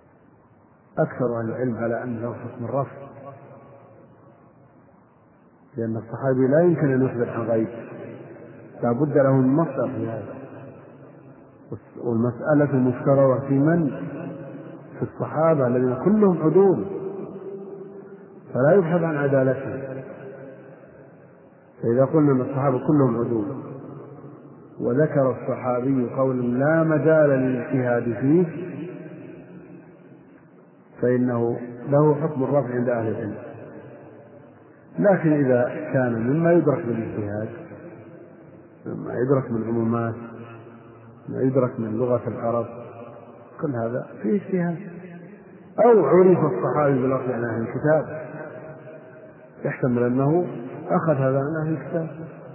أكثر أهل العلم على أنه حكم الرفع، لأن الصحابي لا يمكن أن يخبر عن غيب، لا بد له من مصدر في هذا. والمسألة مشتركة في من؟ في الصحابة الذين كلهم عدول، فلا يبحث عن عدالتهم. فإذا قلنا أن الصحابة كلهم عدول وذكر الصحابي قول لا مجال للاجتهاد فيه فإنه له حكم الرفع عند أهل العلم. لكن إذا كان مما يدرك بالاجتهاد، مما يدرك من عمومات، ما يدرك من لغة العرب، كل هذا فيه اجتهاد. أو عرف الصحابي بالأخذ عن أهل الكتاب، يحتمل أنه أخذ هذا عن أهل الكتاب.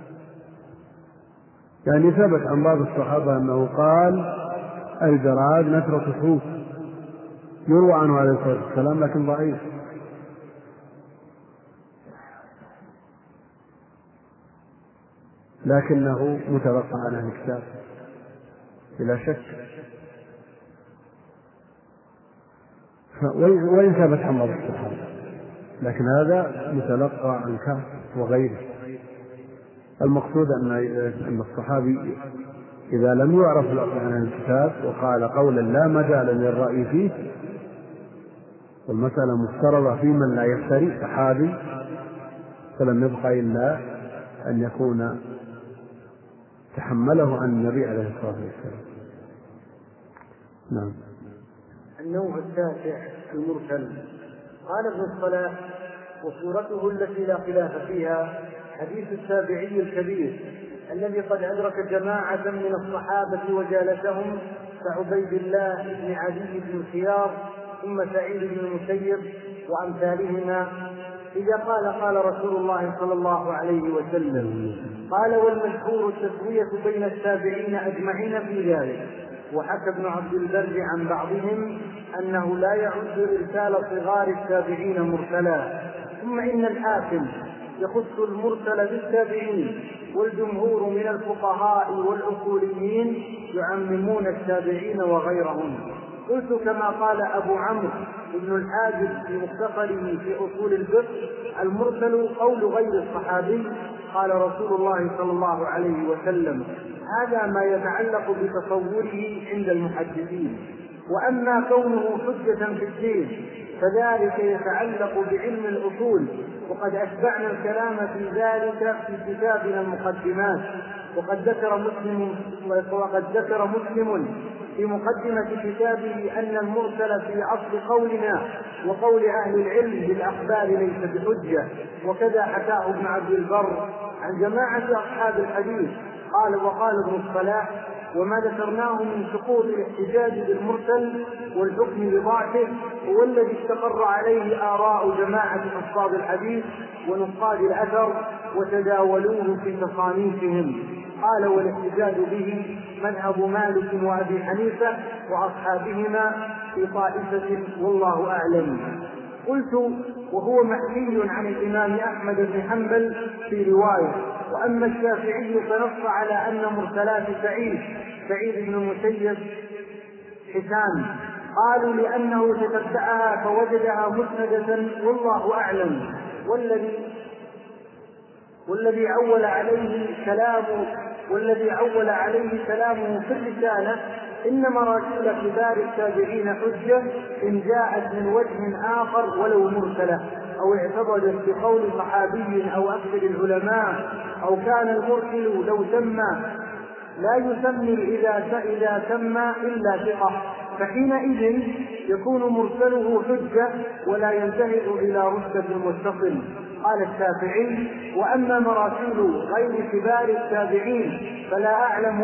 يعني ثبت عن بعض الصحابة أنه قال الجراد نترك الحوت، يروى عنه عليه الصلاة والسلام لكن ضعيف. لكنه متلقى عن أهل الكتاب بلا شك. وإن ثبت عن بعض الصحابة، لكن هذا متلقى عن كعب وغيره. المقصود أن الصحابي إذا لم يعرف الأصل عن أهل الكتاب وقال قولا لا مجال للرأي فيه، والمسألة مفترضة في من لا يفتري صحابي، فلم يبقى إلا أن يكون تحمله عن النبي عليه الصلاة والسلام. نعم. النوع التاسع المرسل. قال ابن الصلاح: وصورته التي لا خلاف فيها حديث التابعي الكبير الذي قد أدرك جماعة من الصحابة وجالسهم كعبيد الله بن علي بن الخيار ثم سعيد بن المسيب وأمثالهما، إذا قال رسول الله صلى الله عليه وسلم. قال: والمشهور التسوية بين التابعين أجمعين في ذلك. وحكى ابن عبد البر عن بعضهم أنه لا يعد إرسال صغار التابعين مرسلا. ثم إن الحاكم يخص المرسل بالتابعين، والجمهور من الفقهاء والأصوليين يعممون التابعين وغيرهم. قلت كما قال أبو عمرو بن الحاجب في مختصره في أصول الفقه: المرسل قول غير الصحابي قال رسول الله صلى الله عليه وسلم. هذا ما يتعلق بتصوره عند المحدثين. وأما كونه حجة في الدين فذلك يتعلق بعلم الأصول، وقد أشبعنا الكلام في ذلك في كتابنا المقدمات. وقد ذكر مسلم في مقدمة كتابه أن المرسل في أصل قولنا وقول أهل العلم بالأخبار ليس بحجة. وكذا حكاه ابن عبد البر عن جماعة أصحاب الحديث. وقال ابن الصلاح: وما ذكرناه من سقوط الاحتجاج بالمرسل والحكم بضعفه هو الذي استقر عليه آراء جماعة حفاظ الحديث ونقاد الأثر وتداولوه في تصانيفهم. قال: والاحتجاج به مذهب مالك وأبي حنيفة وأصحابهما في طائفة والله أعلم. قلت: وهو محكي عن الإمام أحمد بن حنبل في رواية. وأما الشافعي فنص على أن مرسلات سعيد بن المسيب حسان. قالوا: لأنه تتبعها فوجدها مسندة والله أعلم. والذي عول عليه كلامه في الرسالة إن مراسيل كبار التابعين حجة إن جاءت من وجه آخر ولو مرسلة، أو اعتضدت بقول صحابي أو أكثر العلماء، أو كان المرسل لو سمى لا يسمي إذا سمى إلا ثقة، فحينئذ يكون مرسله حجة ولا ينتهي إلى رتبة المتصل. قال الشافعي: وأما مراسيل غير كبار التابعين فلا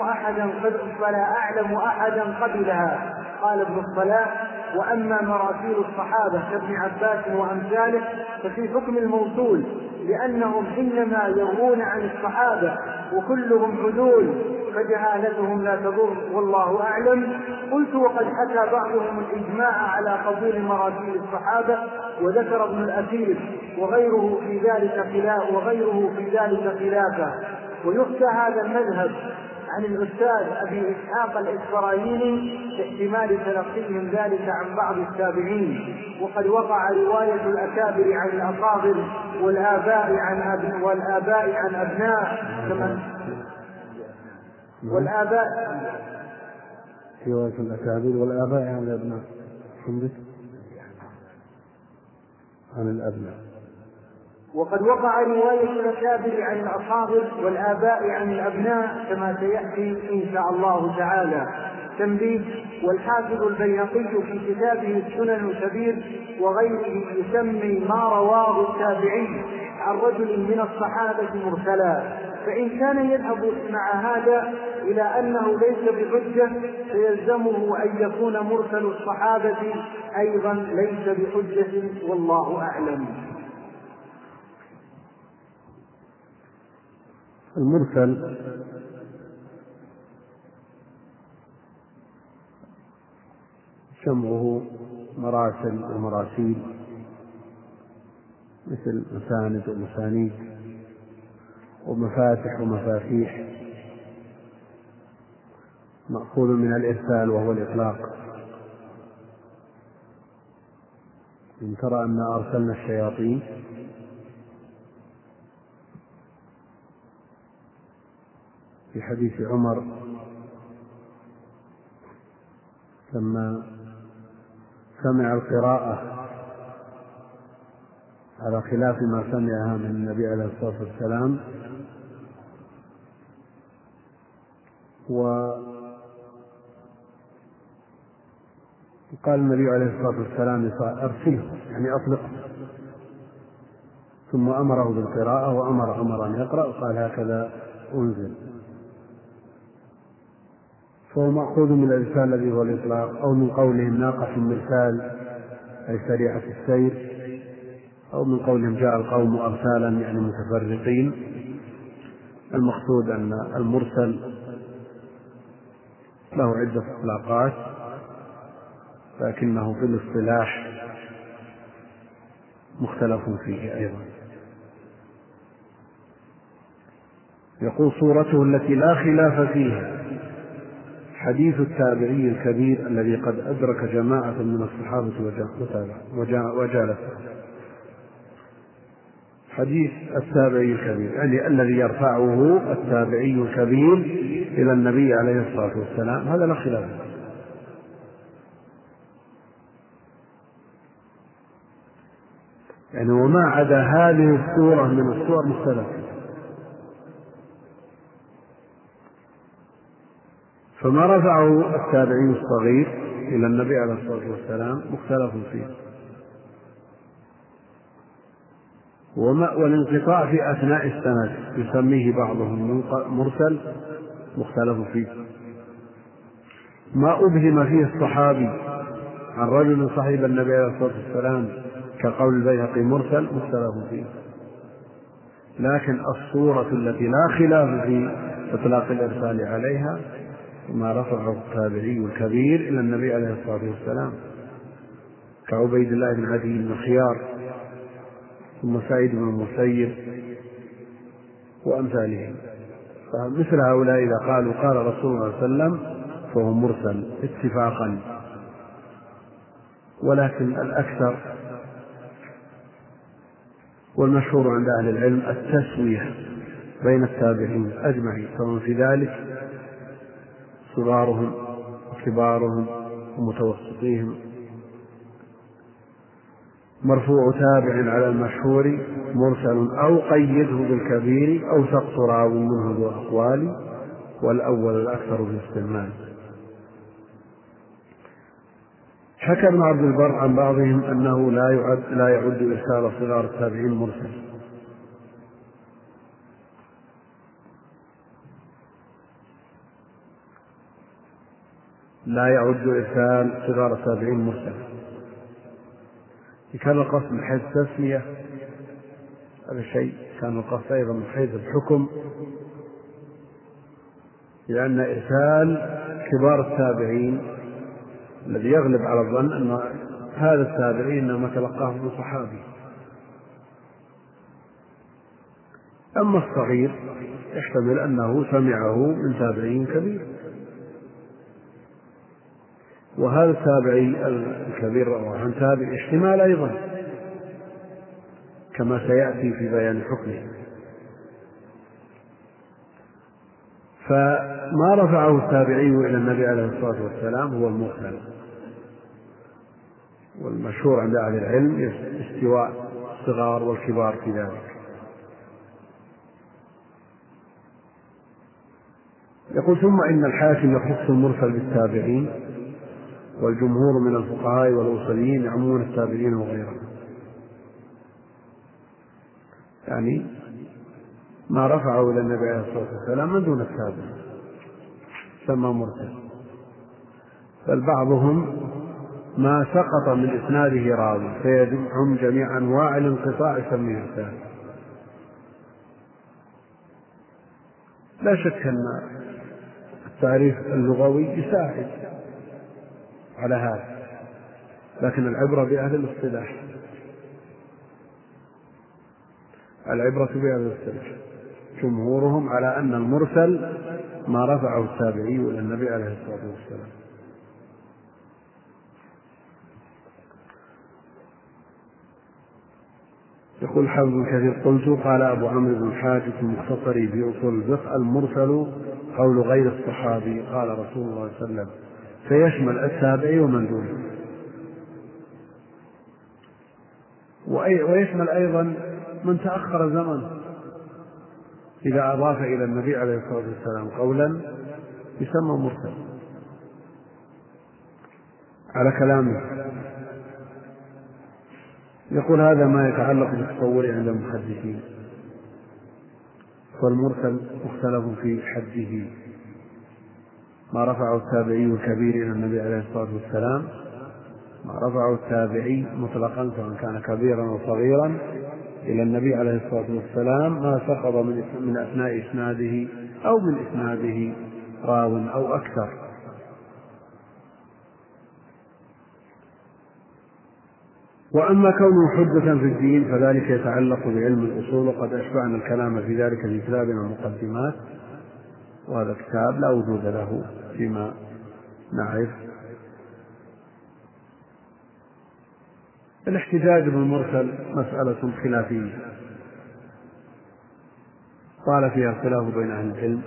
أعلم أحدا قبلها. قال ابن الصلاح: وأما مراسيل الصحابة كابن عباس وأمثاله ففي حكم الموصول، لأنهم إنما يروون عن الصحابة وكلهم عدول فجهالتهم لا تضر والله أعلم. قلت: وقد حكى بعضهم الإجماع على قبول مراسيل الصحابة، وذكر ابن الأثير وغيره في ذلك خلافه. ويحكى هذا المذهب عن الأستاذ أبي إسحاق الإسفرايني باحتمال تلقيهم ذلك عن بعض التابعين. وقد وقع رواية الأكابر عن الأصاغر والآباء عن أبناء رواية الأكابر والآباء عن الأبناء عن الأبناء. وقد وقع رواية الأكابر عن الأصاغر والآباء عن الأبناء كما سيأتي إن شاء الله تعالى. تنبيه: والحافظ البيهقي في كتابه السنن الكبير وغيره يسمي ما رواه التابعي عن رجل من الصحابة مرسلا، فإن كان يذهب مع هذا إلى أنه ليس بحجة فيلزمه أن يكون مرسل الصحابة أيضا ليس بحجة، والله أعلم. المرسل جمعه مراسل ومراسيل، مثل مساند ومسانيد ومفاتح ومفاتيح، مأخوذ من الإرسال وهو الإطلاق. إن ترى أن أرسلنا الشياطين في حديث عمر لما سمع القراءة على خلاف ما سمعها من النبي عليه الصلاة والسلام، وقال النبي عليه الصلاة والسلام أرسله يعني أطلقه، ثم أمره بالقراءة وأمر عمر أن يقرأ وقال هكذا أنزل، فهو مأخوذ من الإرسال الذي هو الإطلاق، أو من قولهم ناقة مرسال أي سريعة السير، أو من قولهم جاء القوم أرسالا يعني متفرقين. المقصود أن المرسل له عدة إطلاقات، لكنه في الاصطلاح مختلف فيه أيضا. يقول: صورته التي لا خلاف فيها حديث التابعي الكبير الذي قد أدرك جماعة من الصحابة وجالسه. حديث التابعي الكبير يعني الذي يرفعه التابعي الكبير إلى النبي عليه الصلاة والسلام، هذا لا خلاف فيه. يعني وما عدا هذه الصورة من الصور مختلفة، فما رفعه التابعي الصغير إلى النبي عليه الصلاة والسلام مختلف فيه، والانقطاع في أثناء السند يسميه بعضهم مرسل مختلف فيه. ما أبهم فيه الصحابي عن رجل صحيب النبي عليه الصلاة والسلام كقول البيهقي مرسل مختلف فيه. لكن الصورة التي لا خلاف في إطلاق الإرسال عليها ما رفعه التابعي الكبير إلى النبي عليه الصلاة والسلام كعبيد الله بن عدي بن خيار، ثم سعيد بن المسيب وأمثالهم. فمثل هؤلاء إذا قالوا قال رسول الله صلى الله عليه وسلم فهو مرسل اتفاقا. ولكن الأكثر والمشهور عند أهل العلم التسوية بين التابعين أجمعين، سواء في ذلك صغارهم وكبارهم ومتوسطيهم. مرفوع تابع على المشهور مرسل أو قيده بالكبير أو سقط راو منه ذو أقوال، والأول الأكثر في الاستعمال. حكى ابن عبد البر عن بعضهم أنه لا يعد إرسال صغار التابعين مرسل، لا يعد إرسال صغار التابعين مرسل. كان القصد من حيث التسمية هذا الشيء، كان القصد أيضا من حيث الحكم، لأن إرسال كبار التابعين الذي يغلب على الظن أن هذا التابعي إنما تلقاه من صحابي. أما الصغير يحتمل أنه سمعه من تابعي كبير، وهذا التابعي الكبير رواه عن تابع احتمال أيضا كما سيأتي في بيان حكمه. فما رفعه التابعي إلى النبي عليه الصلاة والسلام هو المرسل، والمشهور عند أهل العلم استواء الصغار والكبار في ذلك. يقول ثم إن الحاكم يخص المرسل بالتابعين، والجمهور من الفقهاء والأصوليين يعمون التابعين وغيرهم، يعني ما رفعه إلى النبي عليه الصلاة والسلام من دون التابع سمى مرسل. بل بعضهم ما سقط من إسناده راوي فيجمعهم جميع أنواع الانقطاع يسميه التابع. لا شك أن التعريف اللغوي يساعد على هذا، لكن العبرة بأهل الاصطلاح، العبرة بأهل الاصطلاح. جمهورهم على أن المرسل ما رفعه التابعي إلى النبي عليه الصلاة والسلام. يقول حافظ ابن كثير قلت قال أبو عمرو بن الحاج في مختصري في أصول الفقه المرسل قول غير الصحابي قال رسول الله صلى الله عليه وسلم، فيشمل التابعي ومن دونه، ويشمل أيضا من تأخر زمن إذا أضاف إلى النبي عليه الصلاة والسلام قولا يسمى مرسل على كلامه. يقول هذا ما يتعلق بالتصور عند المحدثين، والمرسل مختلف في حده. ما رفعه التابعي الكبير إلى النبي عليه الصلاة والسلام، ما رفعه التابعي مطلقا سواء كان كبيرا أو صغيرا إلى النبي عليه الصلاة والسلام ما سقط من أثناء إسناده أو من إسناده راو أو أكثر. وأما كونه حجة في الدين فذلك يتعلق بعلم الأصول، وقد أشبعنا الكلام في ذلك في كتابنا المقدمات، وهذا كتاب لا وجود له فيما نعرف. الاحتجاج بالمرسل مسألة خلافية قال فيها الخلاف بين أهل العلم،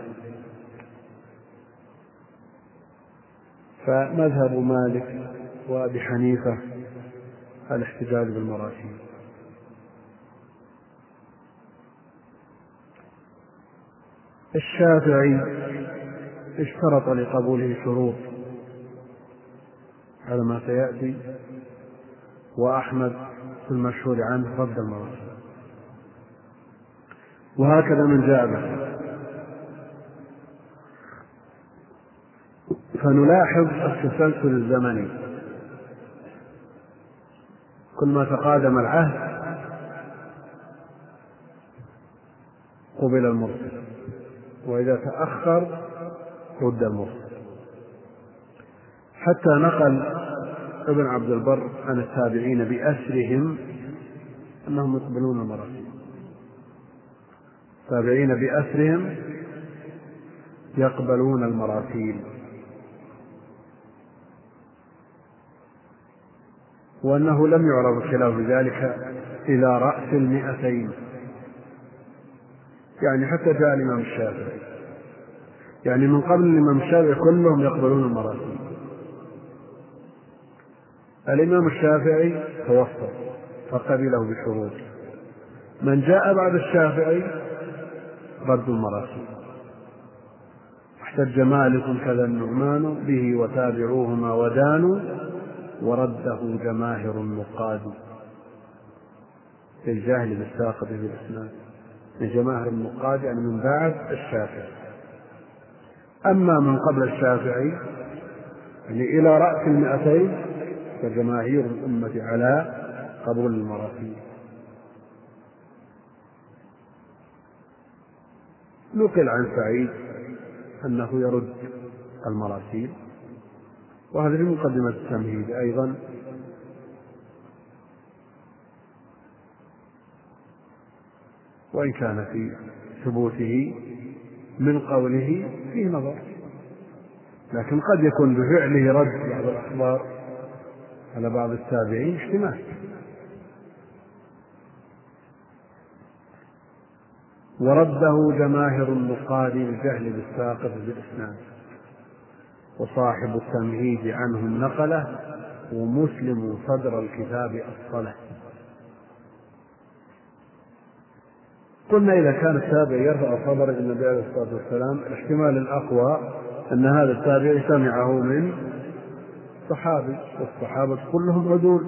فمذهب مالك وأبي حنيفة الاحتجاج بالمراسيل. الشافعي اشترط لقبوله شروط على ما سيأتي، وأحمد في المشهور عنه رد المراسيل، وهكذا من جاء به. فنلاحظ التسلسل الزمني، كل ما تقادم العهد قبل المرسل، وإذا تأخر رد المرسل، حتى نقل ابن عبد البر عن التابعين بأسرهم أنهم يقبلون المراسيل، التابعين بأسرهم يقبلون المراسيل، وأنه لم يعرف خلاف ذلك إلى رأس 200، يعني حتى جاء الإمام الشافعي، يعني من قبل الإمام الشافعي كلهم يقبلون المراسيل. الإمام الشافعي توسط فقبله بشروط، من جاء بعد الشافعي رد المراسيل. احتج مالك كذا النعمان به وتابعوهما ودانوا، ورده جماهر النقاد للجاهل بالساقط في الإسناد، من جماهر النقاد يعني من بعد الشافعي. أما من قبل الشافعي يعني إلى رأس 200 فجماهير الأمة على قبول المراسيل. نقل عن سعيد أنه يرد المراسيل، وهذا في مقدمة التمهيد أيضا. وإن كان في ثبوته من قوله فيه نظر، لكن قد يكون بفعله رد بعض الأخبار على بعض التابعين احتمال. ورده جماهر النقاد للجهل بالساقط بالإسناد، وصاحب التمهيد عنهم نقله، ومسلم صدر الكتاب أصله. قلنا إذا كان التابع يرفع خبر النبي عليه الصلاة والسلام، الاحتمال الأقوى أن هذا التابع سمعه من صحابي، والصحابة كلهم عدول،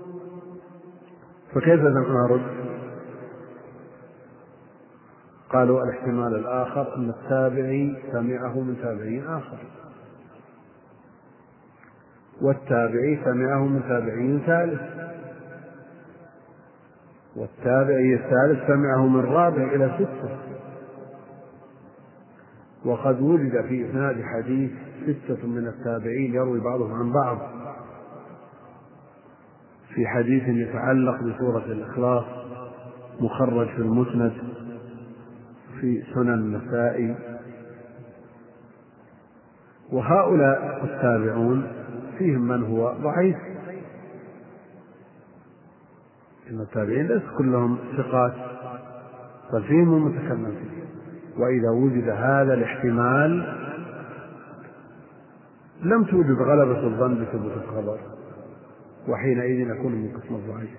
فكيف نرد؟ قالوا الاحتمال الآخر أن التابعي سمعه من تابعين آخر، والتابعي سمعه من تابعين ثالث، والتابعي الثالث سمعه من رابع إلى 6. وقد وجد في إسناد حديث 6 من التابعين يروي بعضهم عن بعض، في حديث يتعلق بسورة الإخلاص مخرج في المسند في سنن النسائي. وهؤلاء التابعون فيهم من هو ضعيف، إن التابعين ليس كلهم ثقات، بل فيهم المتكلم فيه. وإذا وجد هذا الاحتمال لم توجد غلبة الظن بثبوت الخبر، وحينئذ يكون من قسم الضعيف.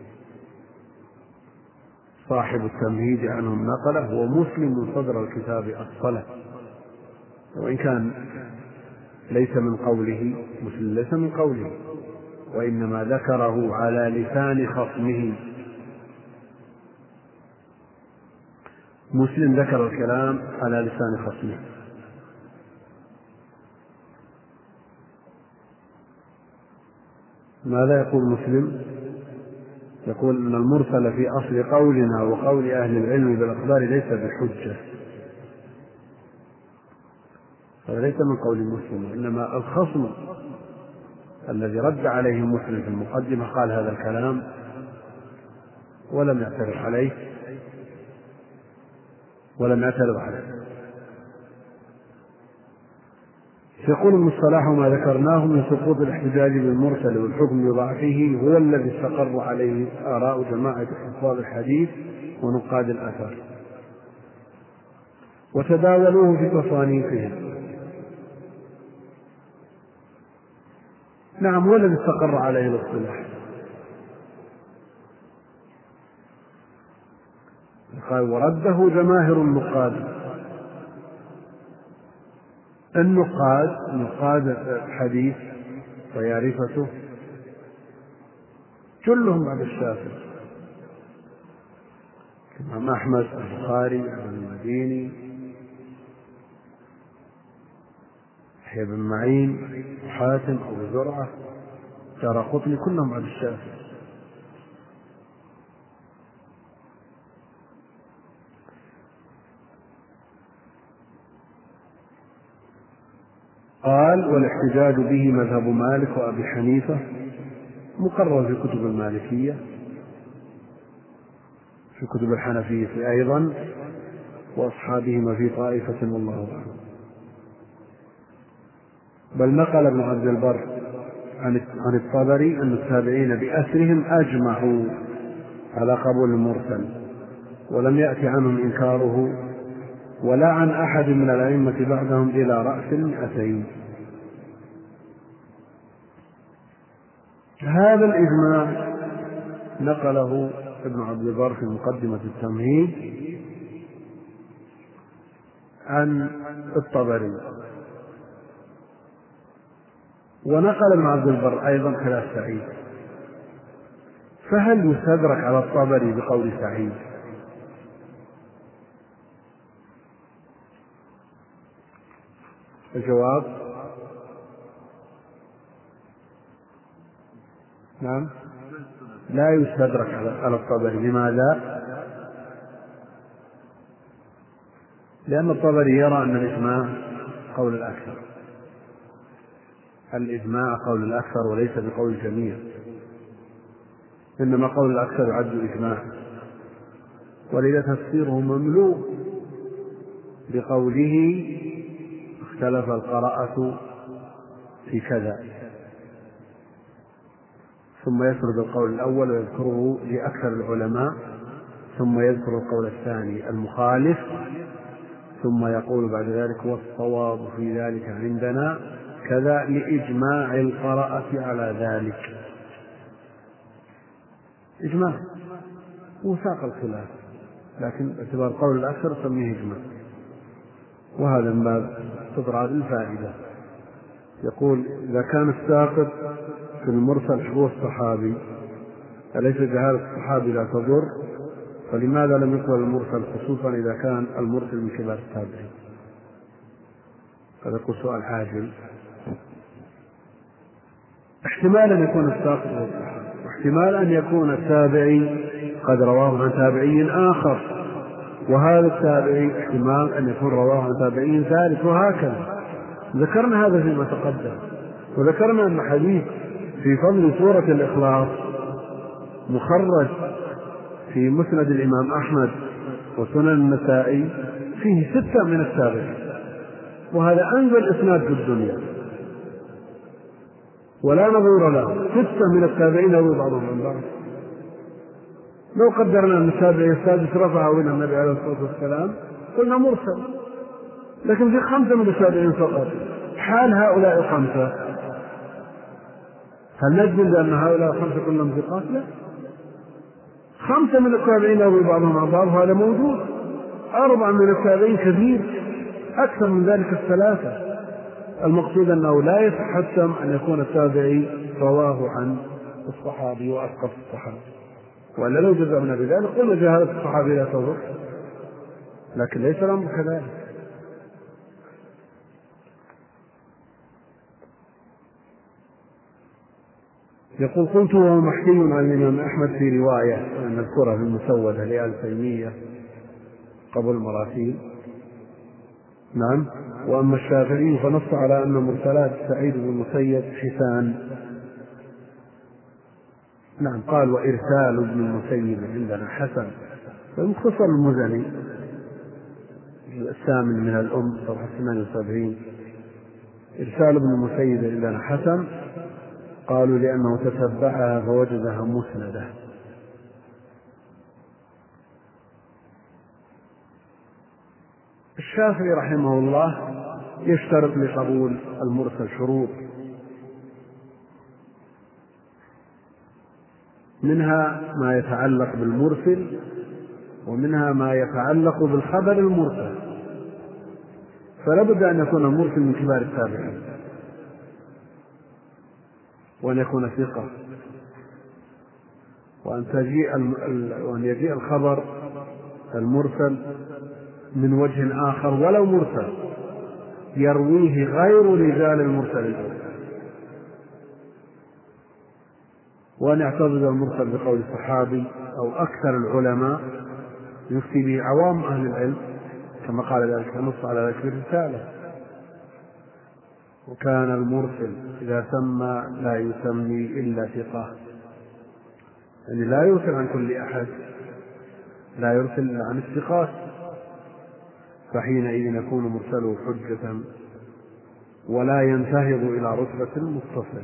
صاحب التمهيد عنهم نقله، ومسلم صدر الكتاب أصله. وإن كان ليس من قوله، مسلم ليس من قوله، وإنما ذكره على لسان خصمه. مسلم ذكر الكلام على لسان خصمه. ماذا يقول مسلم؟ يقول أن المرسل في أصل قولنا وقول أهل العلم بالأخبار ليس بحجة، هذا ليس من قول مسلم، إنما الخصم الذي رد عليه مسلم في المقدمة قال هذا الكلام ولم يعترض عليه. يقول ابن الصلاح: ما ذكرناه من سقوط الاحتجاج بالمرسل والحكم بضعفه هو الذي استقر عليه آراء جماعة حفاظ الحديث ونقاد الآثار، وتداولوه في تصانيفهم. نعم، هو الذي استقر عليه الاصطلاح. قال: ورده جماهر النقاد الحديث ويعرفته كلهم بعد الشافعي، الإمام أحمد، البخاري، ابن المديني، يحيى بن معين، حاتم، أبو زرعة، دارقطني، كلهم بعد الشافعي. قال: والاحتجاج به مذهب مالك وأبي حنيفة، مقرر في كتب المالكية، في كتب الحنفية أيضا، وأصحابهما في طائفة، والله أعلم. بل نقل ابن عبد البر عن الطبري أن التابعين بأسرهم أجمعوا على قبول المرسل، ولم يأتي عنهم إنكاره ولا عن أحد من الأئمة بعدهم إلى رأس 200. هذا الإجماع نقله ابن عبد البر في مقدمة التمهيد عن الطبري، ونقل ابن عبد البر أيضا خلاف سعيد. فهل يستدرك على الطبري بقول سعيد؟ الجواب: نعم، لا يستدرك على الطبري. لماذا؟ لأن الطبري يرى أن الإجماع قول الأكثر، الإجماع قول الأكثر وليس بقول الجميع، إنما قول الأكثر يعد إجماع، ولذا تفسيره مملوء بقوله اختلف القراءة في كذا، ثم يسرد القول الأول ويذكره لأكثر العلماء، ثم يذكر القول الثاني المخالف، ثم يقول بعد ذلك والصواب في ذلك عندنا كذا لإجماع القراءة على ذلك. إجماع وساق الخلاف، لكن باعتبار قول الأكثر سميه إجماع، وهذا من باب استطراد الفائدة. يقول إذا كان الساقط في المرسل هو الصحابي أليس جهالة الصحابي لا تضر؟ فلماذا لم يقبل المرسل خصوصا إذا كان المرسل من كبار التابعين؟ هذا يقول سؤال عاجل. احتمال أن يكون الساقط هو الصحابي، واحتمال أن يكون التابعي قد رواه عن تابعي آخر، وهذا التابعي احتمال أن يكون رواه عن تابعي ثالث، وهكذا. ذكرنا هذا فيما تقدم، وذكرنا أن حديث في فضل سورة الإخلاص مخرج في مسند الإمام أحمد وسنن النسائي فيه 6 من التابعين، وهذا أنزل إسناد في الدنيا ولا نظير له. 6 من التابعين يروي بعضهم عن بعض. لو قدرنا أن التابعي السادس رفعه إلى النبي عليه الصلاة والسلام قلنا مرسل، لكن في 5 من التابعين فقط. حال هؤلاء 5 هل نجزم بأن هؤلاء 5 كلهم ثقات؟ لا، 5 من التابعين يروي بعضهم عن بعض، هذا موجود. 4 من التابعين كثير، أكثر من ذلك 3. المقصود أنه لا يتحتم أن يكون التابعي رواه عن الصحابي وأسقط الصحابي، وإلا لو جزمنا بذلك قلنا جهالة الصحابي لا تضر، لكن ليس الأمر كذلك. يقول قلت وهو محكي عن الإمام أحمد في رواية أن نذكرها في المسودة لآل تيمية قبل المراسيل. نعم. وأما الشافعي فنص على أن مرسلات سعيد بن المسيب حسان. نعم. قال وإرسال ابن المسيب عندنا حسن. فمختصر المزني الثامن من الأم صفحة 78 إرسال ابن المسيب عندنا حسن، قالوا لأنه تتبعها فوجدها مسندة. الشافعي رحمه الله يشترط لقبول المرسل شروط، منها ما يتعلق بالمرسل، ومنها ما يتعلق بالخبر المرسل. فلا بد أن يكون المرسل من كبار التابعين، وأن يكون ثقة، وأن يجيء الخبر المرسل من وجه آخر ولو مرسل يرويه غير رجال المرسل الأول، وأن يعتضد المرسل بقول الصحابي أو أكثر العلماء يفتي به عوام أهل العلم، كما قال ذلك نص على ذلك الرسالة. وكان المرسل إذا سمى لا يسمي إلا ثقة، يعني لا يرسل عن كل أحد، لا يرسل إلا عن الثقات، فحينئذ يكون مرسله حجة ولا ينتهض إلى رتبة المتصل.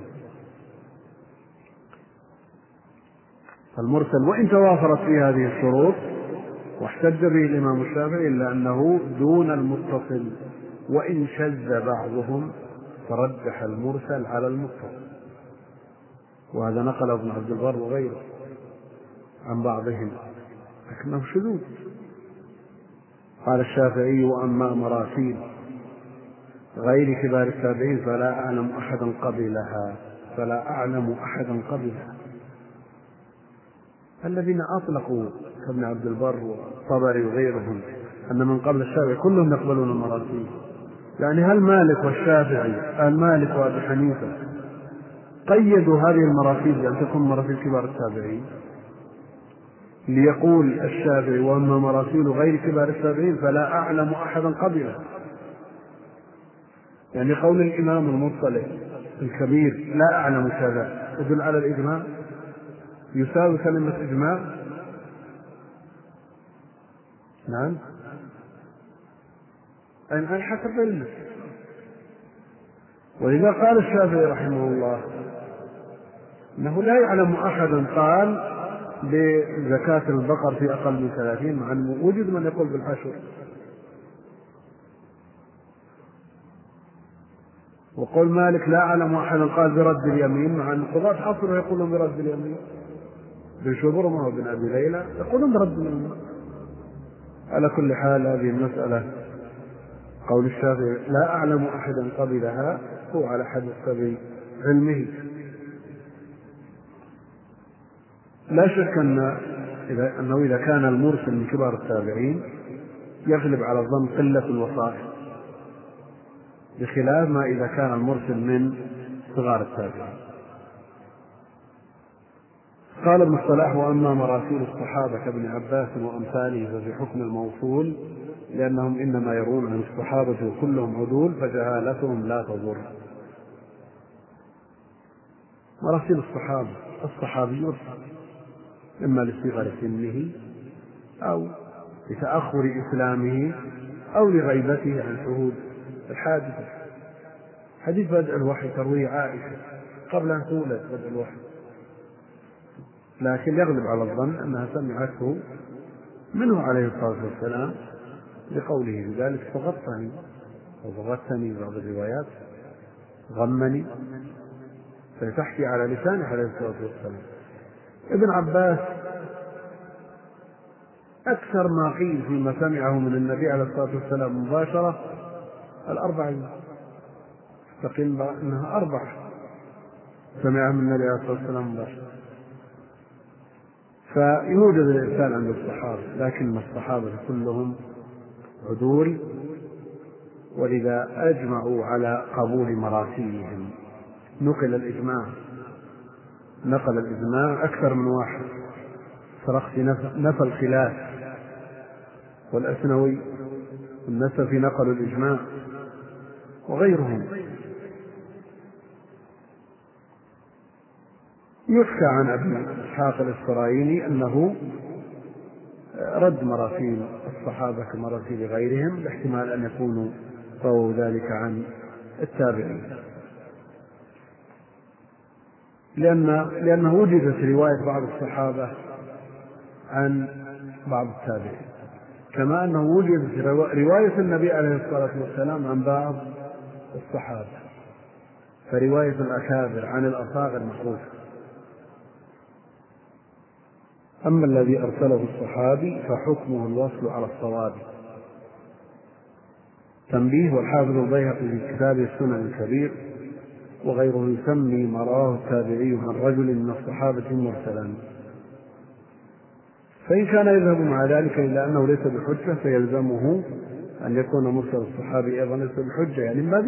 فالمرسل وإن توافرت فيه هذه الشروط واحتج به الإمام الشافعي إلا أنه دون المتصل، وإن شذ بعضهم فرجح المرسل على المتصل، وهذا نقل ابن عبد البر وغيره عن بعضهم، لكنه شذوذ. قال الشافعي وأما مراسيل غير كبار التابعين فلا أعلم أحدا قبلها. الذين أطلقوا كابن عبد البر والطبري وغيرهم أن من قبل الشافعي كلهم يقبلون المراسيل، يعني هل مالك والشافعي، مالك وأبي حنيفة قيدوا هذه المراسيل بأن تكون مراسيل كبار التابعين، ليقول الشافعي وأما مراسيل غير كبار التابعين فلا أعلم أحدا قبلها. يعني قول الإمام المطلع الكبير لا أعلم كذا يدل على الإجماع، يساوي كلمة إجماع. نعم. على حسب علمه. ولذا قال الشافعي رحمه الله أنه لا يعلم أحدا قال بزكاة البقر في أقل من 30، مع أنه وجد من يقول بالحشر. وقول مالك لا أعلم أحدا قال برد اليمين، مع أن قضاة حصر يقولون برد اليمين. بن شبرمة وابن أبي ليلى يقولون برد اليمين. على كل حال هذه المسألة قول الشافعي لا أعلم أحدا قبلها هو على حسب علمه. لا شك أنه إذا كان المرسل من كبار التابعين يغلب على الظن قلة الوصائف، بخلاف ما إذا كان المرسل من صغار التابعين. قال ابن الصلاح وأما مراسيل الصحابة كابن عباس وأمثاله ففي حكم الموصول، لأنهم إنما يرون عن الصحابة كلهم عدول فجهالتهم لا تضر. مراسيل الصحابة الصحابي يرسل إما لصغر سنه أو لتأخر إسلامه أو لغيبته عن شهود الحادثة. حديث بدء الوحي ترويه عائشة قبل أن تولد بدء الوحي، لكن يغلب على الظن أنها سمعته منه عليه الصلاة والسلام لقوله بذلك فغطني أو فغطني بعض الروايات غمني، فتحكي على لسانه عليه الصلاة والسلام. ابن عباس أكثر ما قيل فيما سمعه من النبي عليه الصلاة والسلام مباشرة 40، تقيل أنها 4 سمعه من النبي عليه الصلاة والسلام مباشرة. فيوجد الإنسان عند الصحابة، لكن الصحابة كلهم عدول، ولذا أجمعوا على قبول مراسيلهم. نقل الإجماع أكثر من واحد، سرخسي نفى الخلاف، والأسنوي والنسفي نقلوا الإجماع وغيرهم. يحكى عن أبي إسحاق الإسفرايني أنه رد مراسيل الصحابة كمراسيل غيرهم، لاحتمال أن يكونوا رووا ذلك عن التابعين، لأنه وجدت رواية بعض الصحابة عن بعض التابعين، كما أنه وجدت رواية النبي عليه الصلاة والسلام عن بعض الصحابة. فرواية الأكابر عن الأصاغر معروفة. أما الذي أرسله الصحابي فحكمه الوصل على الصواب. تنبيه: والحافظ البيهقي في كتابه السنن الكبير وغيره يسمي ما رواه التابعي عن رجل من الصحابة مرسلا، فإن كان يذهب مع ذلك إلى أنه ليس بحجة فيلزمه أن يكون مرسل الصحابي أيضا ليس بحجة، يعني من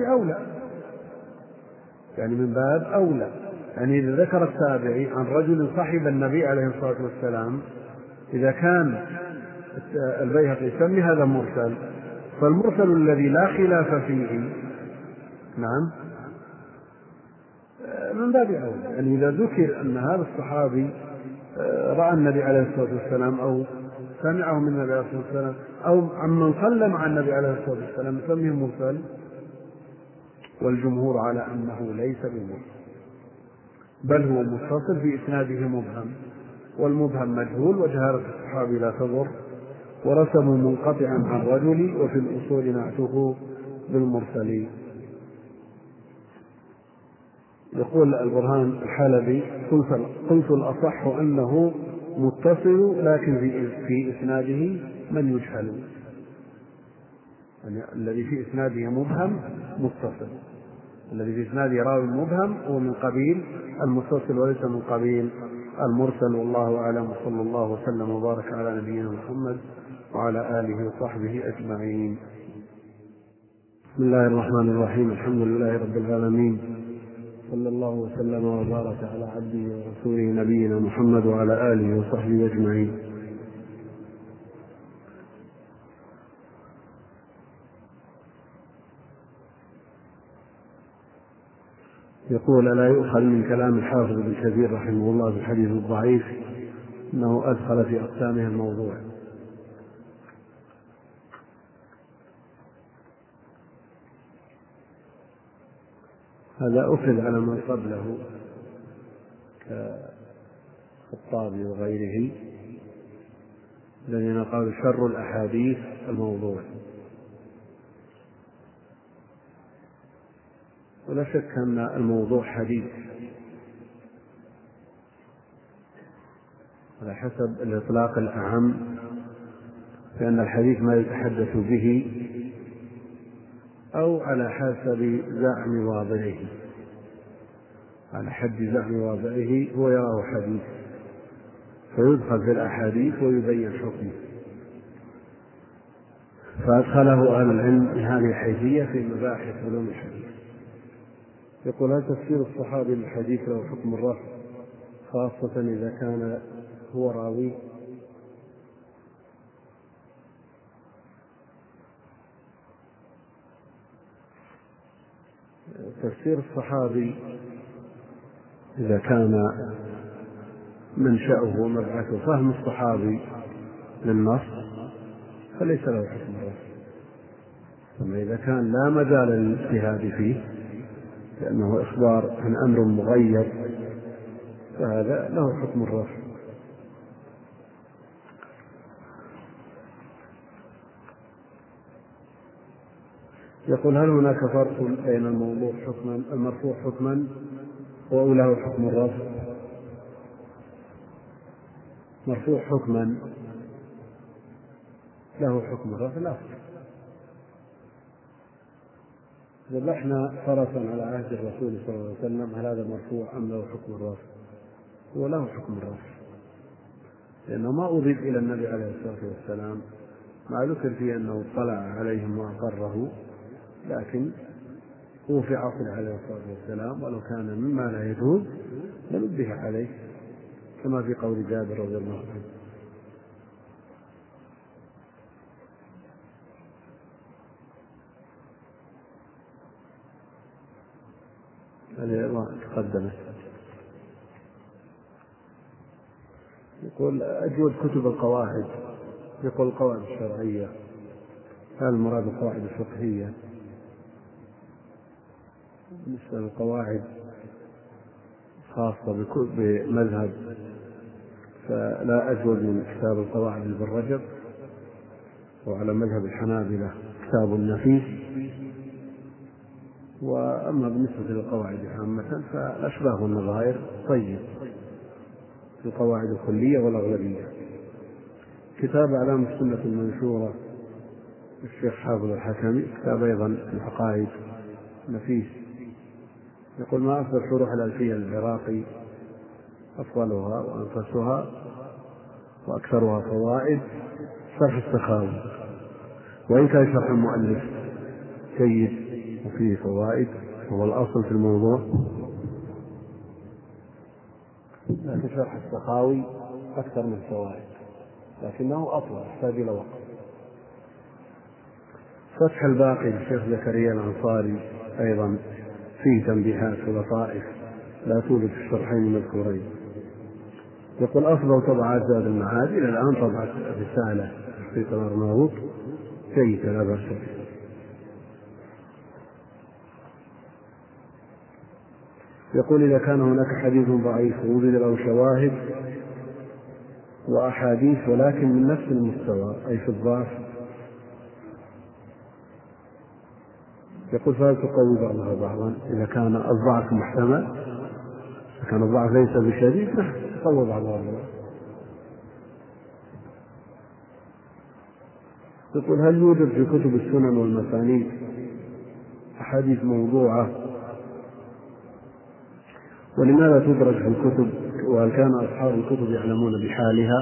باب أولى. يعني إذا ذكر التابعي عن رجل صحب النبي عليه الصلاة والسلام، إذا كان البيهقي يسمي هذا مرسل، فالمرسل الذي لا خلاف فيه نعم من باب أولى. يعني إذا ذكر أن هذا الصحابي رأى النبي عليه الصلاة والسلام أو سمعه من النبي عليه الصلاة والسلام أو عمن صلى مع النبي عليه الصلاة والسلام يسميه مرسل، والجمهور على أنه ليس بمرسل، بل هو متصل في إسناده مبهم، والمبهم مجهول وجهالة الصحابي لا تضر، ورسم منقطعا عن رجل، وفي الأصول نعته بالمرسلين. يقول البرهان الحلبي: قلت الأصح أنه متصل، لكن في إسناده من يجهل، يعني الذي في إسناده مبهم متصل، الذي في إسناده راوي مبهم هو من قبيل المتصل وليس من قبيل المرسل. والله أعلم، وصلى الله وسلم وبارك على نبينا محمد وعلى آله وصحبه أجمعين. بسم الله الرحمن الرحيم. الحمد لله رب العالمين، صلى الله وسلم وبارك على عبده ورسوله نبينا محمد وعلى آله وصحبه أجمعين. يقول: ألا يؤخذ من كلام الحافظ بن كثير رحمه الله في الحديث الضعيف أنه أدخل في أقسامه الموضوع؟ هذا أفرد على من قبله كالخطابي وغيره الذين قالوا شر الأحاديث الموضوع. ولا شك أن الموضوع حديث على حسب الإطلاق الأعم، لأن الحديث ما يتحدث به، أو على حسب زعم واضعه، على حد زعم واضعه هو يراه حديث فيدخل في الأحاديث ويبين حكمه، فأدخله أهل العلم بهذه الحيثية في مباحث علوم الحديث. يقول: هل تفسير الصحابي للحديث له حكم الرفع خاصة إذا كان هو راوي؟ تفسير الصحابي إذا كان منشأه ومبعثه فهم الصحابي للنص فليس له حكم الرفع، أما إذا كان لا مجال للاجتهاد فيه لأنه إخبار عن أمر مغير فهذا له حكم الرفع. يقول: هل هناك فرق بين المرفوع حكما وله حكم الرفع؟ مرفوع حكما له حكم الرفع لا فرق. ذبحنا فرسا على عهد الرسول صلى الله عليه وسلم، هل هذا مرفوع أم له حكم الرفع؟ هو له حكم الرفع، لأنه ما أضيف إلى النبي عليه الصلاة والسلام، ما ذكر فيه أنه اطلع عليهم وأقره، لكن هو في عصر عليه الصلاة والسلام، ولو كان مما لا يجوز لنبه عليه، كما في قول جابر رضي الله عنه. هذه تقدمت. يقول: أجود كتب القواعد، يقول القواعد الشرعية، هل المراد القواعد الفقهية؟ بالنسبة للقواعد خاصة بمذهب فلا أجود من كتاب القواعد لابن رجب، وعلى مذهب الحنابلة كتاب النفيس. وأما بالنسبة للقواعد عامة فالأشباه والنظائر طيب في القواعد الكلية والأغلبية. كتاب أعلام السنة المنشورة الشيخ حافظ الحكمي، كتاب أيضا العقائد نفيس. يقول: ما أفضل شروح الألفية العراقي؟ أفضلها وأنفسها وأكثرها فوائد شرح السخاوي، وإن كان شرح المؤلف جيد وفيه فوائد وهو الأصل في الموضوع، لكن شرح السخاوي أكثر من فوائد، لكنه أطول يحتاج إلى وقت. فتح الباقي للشيخ زكريا الأنصاري أيضا فيه تنبيهات ولطائف لا توجد في الشرحين المذكورين. يقول: أفضل طبعات زاد المعاد إلى الآن طبعة رسالة في الأرناؤوط جيدة لا بأس بها. يقول: إذا كان هناك حديث ضعيف ووجد له شواهد وأحاديث ولكن من نفس المستوى أي في الضعف، يقول: فهل تقوي بعضها بعضا؟ إذا كان الضعف محتمل، إذا كان الضعف ليس بشديد تقوي بعضها بعضا. يقول: هل يوجد في كتب السنن والمسانيد أحاديث موضوعة؟ ولماذا تدرج في الكتب؟ وهل كان أصحاب الكتب يعلمون بحالها؟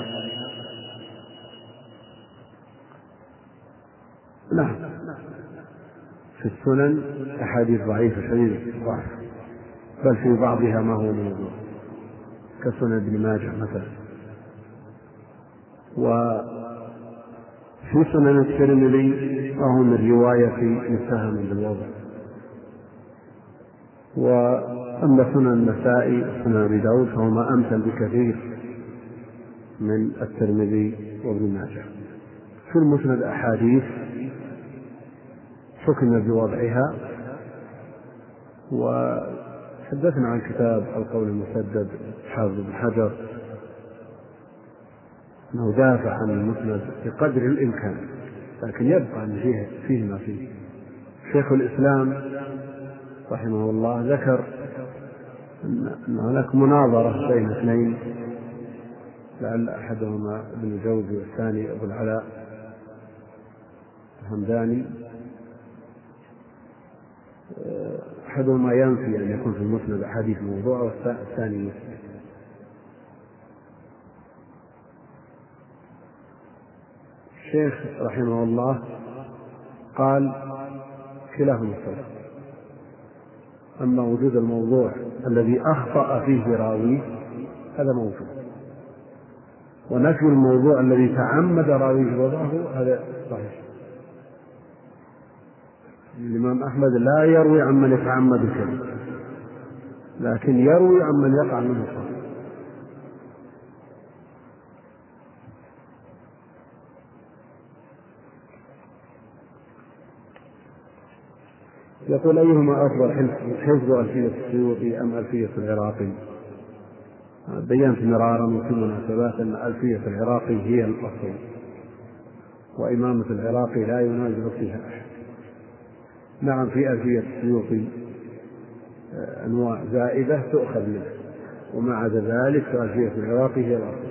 نعم، في السنن أحاديث ضعيفة شديدة الضعف، بل في بعضها ما هو موضوع كسنن ابن ماجه مثلا. وفي سنن الترمذي ما هو من رواية متهم بالوضع. وأما سنن النسائي وسنن أبي داود فهما أمثل بكثير من الترمذي وابن ماجه. في المسند أحاديث حكم بوضعها وحدثنا عن كتاب القول المسدد حافظ بن حجر أنه دافع عن المسند بقدر الإمكان، لكن يبقى أن فيه ما فيه. شيخ الإسلام رحمه الله ذكر أن هناك مناظرة بين اثنين، لعل أحدهما ابن الجوزي والثاني أبو العلاء الهمداني، أحدهما ينفي أن يكون في المسند أحاديث موضوعة والثاني يثبت. الشيخ رحمه الله قال كلاهما صحيح، أما وجود الموضوع الذي أخطأ فيه راويه هذا موجود، ونفي الموضوع الذي تعمد راويه وضعه هذا صحيح. الإمام أحمد لا يروي عمن يتعمد الكذب، لكن يروي عمن يقع منه الخطأ. يقول أيهما أفضل حفظ ألفية السيوطي أم ألفية العراقي؟ بينت مرارا وفي مناسبات أن ألفية العراقي هي الأصل، وإمامة العراقي لا ينازع فيها أحد. نعم في ألفية السيوطي أنواع زائدة تؤخذ منه، ومع عدا ذلك فألفية العراقي هي الأصل.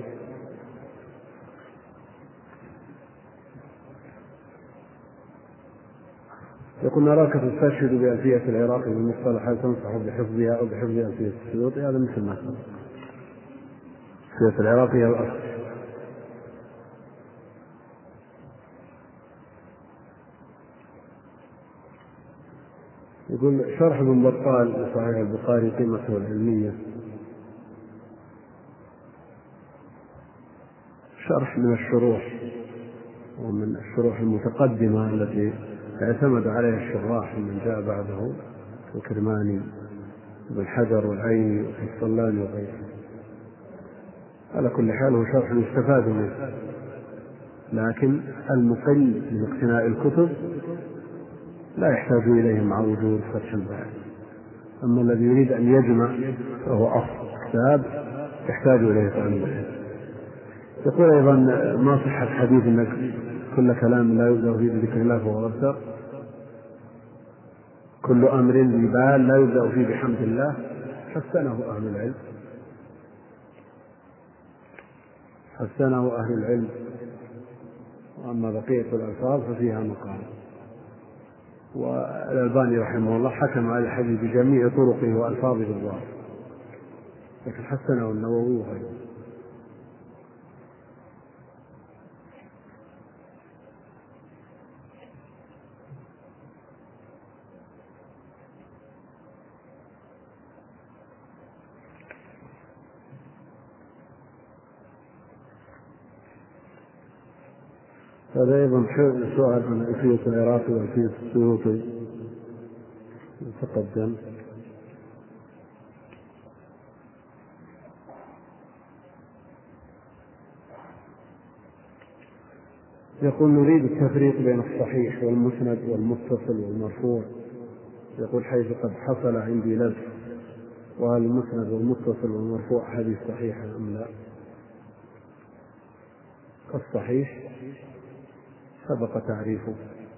يقول نراك تستشهد بألفية العراقي بالمصطلح، هل تنصح بحفظها أو بحفظ ألفية السيوطي؟ هذا مثل ما سبق، ألفية العراقي هي الأصل. يقول شرح ابن بطال لصحيح البخاري قيمته العلمية، شرح من الشروح ومن الشروح المتقدمة التي اعتمد عليها الشراح من جاء بعده الكرماني وابن حجر والعيني والصلاني وغيره. على كل حال هو شرح يستفاد منه، لكن المقل من اقتناء الكتب لا يحتاج إليه مع وجود فتح الباري. أما الذي يريد أن يجمع فهو أصل كتاب يحتاج إليه تعلم. يقول أيضا ما صحة حديث أنك كل كلام لا يبدأ فيه بذكر الله فهو أبتر، كل أمر ذي بال لا يبدأ فيه بحمد الله، حسنه أهل العلم، حسنه أهل العلم. وأما بقية الألفاظ ففيها مقال. والألباني رحمه الله حكم على الحديث بجميع طرقه وألفاظه بالظاهر، لكن حسنه النووي وغيره. هذا أيضا سؤال عن ألفية العراقي وألفية السيوطي تقدم. يقول نريد التفريق بين الصحيح والمسند والمتصل والمرفوع. يقول حيث قد حصل عندي لبس، وهل المسند والمتصل والمرفوع حديث صحيح أم لا؟ الصحيح سبق تعريفه،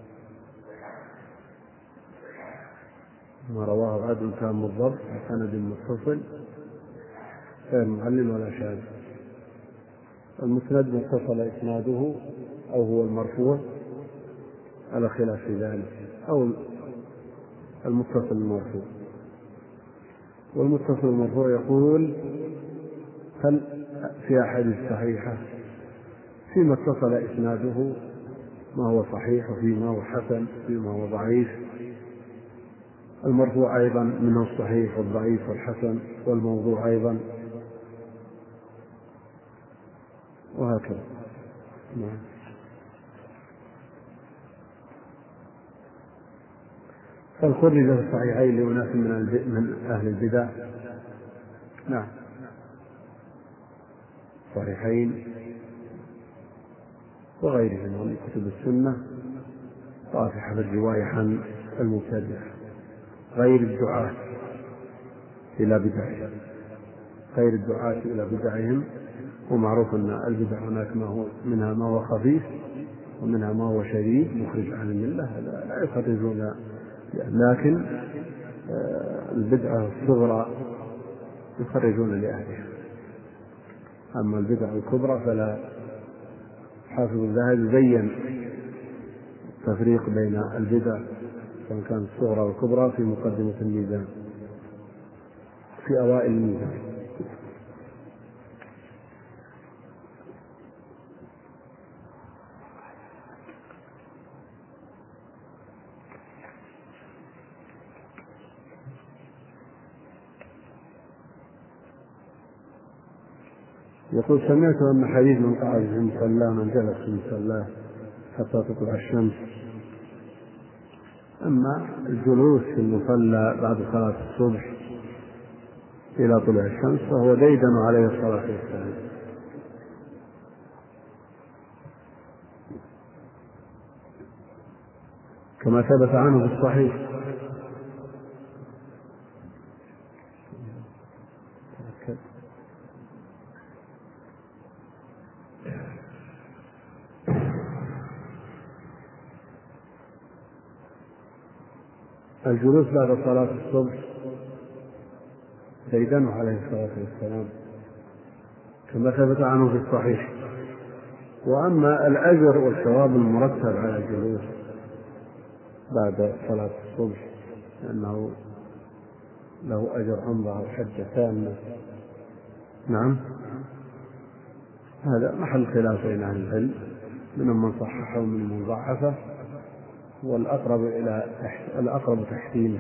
ما رواه عدل تام الضبط بسند متصل غير معلل ولا شاذ. المسند متصل إسناده أو هو المرفوع على خلاف ذلك، أو المتصل المرفوع. والمتصل المرفوع يقول هل في أحاديث صحيحة فيما اتصل إسناده ما هو صحيح وفيما هو حسن وفيما هو ضعيف. المرفوع أيضا منه الصحيح والضعيف والحسن والموضوع أيضا، وهكذا. نعم. فالخرج في الصحيحين لأناس من أهل البدع. نعم صحيحين وغيرهم من كتب السنة طافحة بالرواية عن المبتدع غير الدعاة. إلى بدعهم، خير الدعاة إلى بدعهم. ومعروف أن البدع هناك منها ما هو خفيف ومنها ما هو شديد مخرج عن الملة، لا يخرجون، لكن البدعة الصغرى يخرجون لأهلها. أما البدع الكبرى فلا. حافظ الذهبي بين التفريق بين البدع سواء كانت الصغرى والكبرى في مقدمة الميزان، في أوائل الميزان. يقول: سمعت أن حديث من قعد في مصلاه من جلس في مصلاه حتى تطلع الشمس. أما الجلوس في المصلى بعد صلاة الصبح إلى طلوع الشمس فهو ديدن عليه الصلاة والسلام، كما ثبت عنه في الصحيح. الجلوس بعد صلاة الصبح ديدن عليه الصلاة والسلام كما ثبت عنه في الصحيح. وأما الأجر والثواب المرتب على الجلوس بعد صلاة الصبح لأنه له أجر عمره وحجة تامة، نعم، هذا محل خلاف بين أهل العلم، منهم من صححه ومنهم من ضعفه، والأقرب تحسين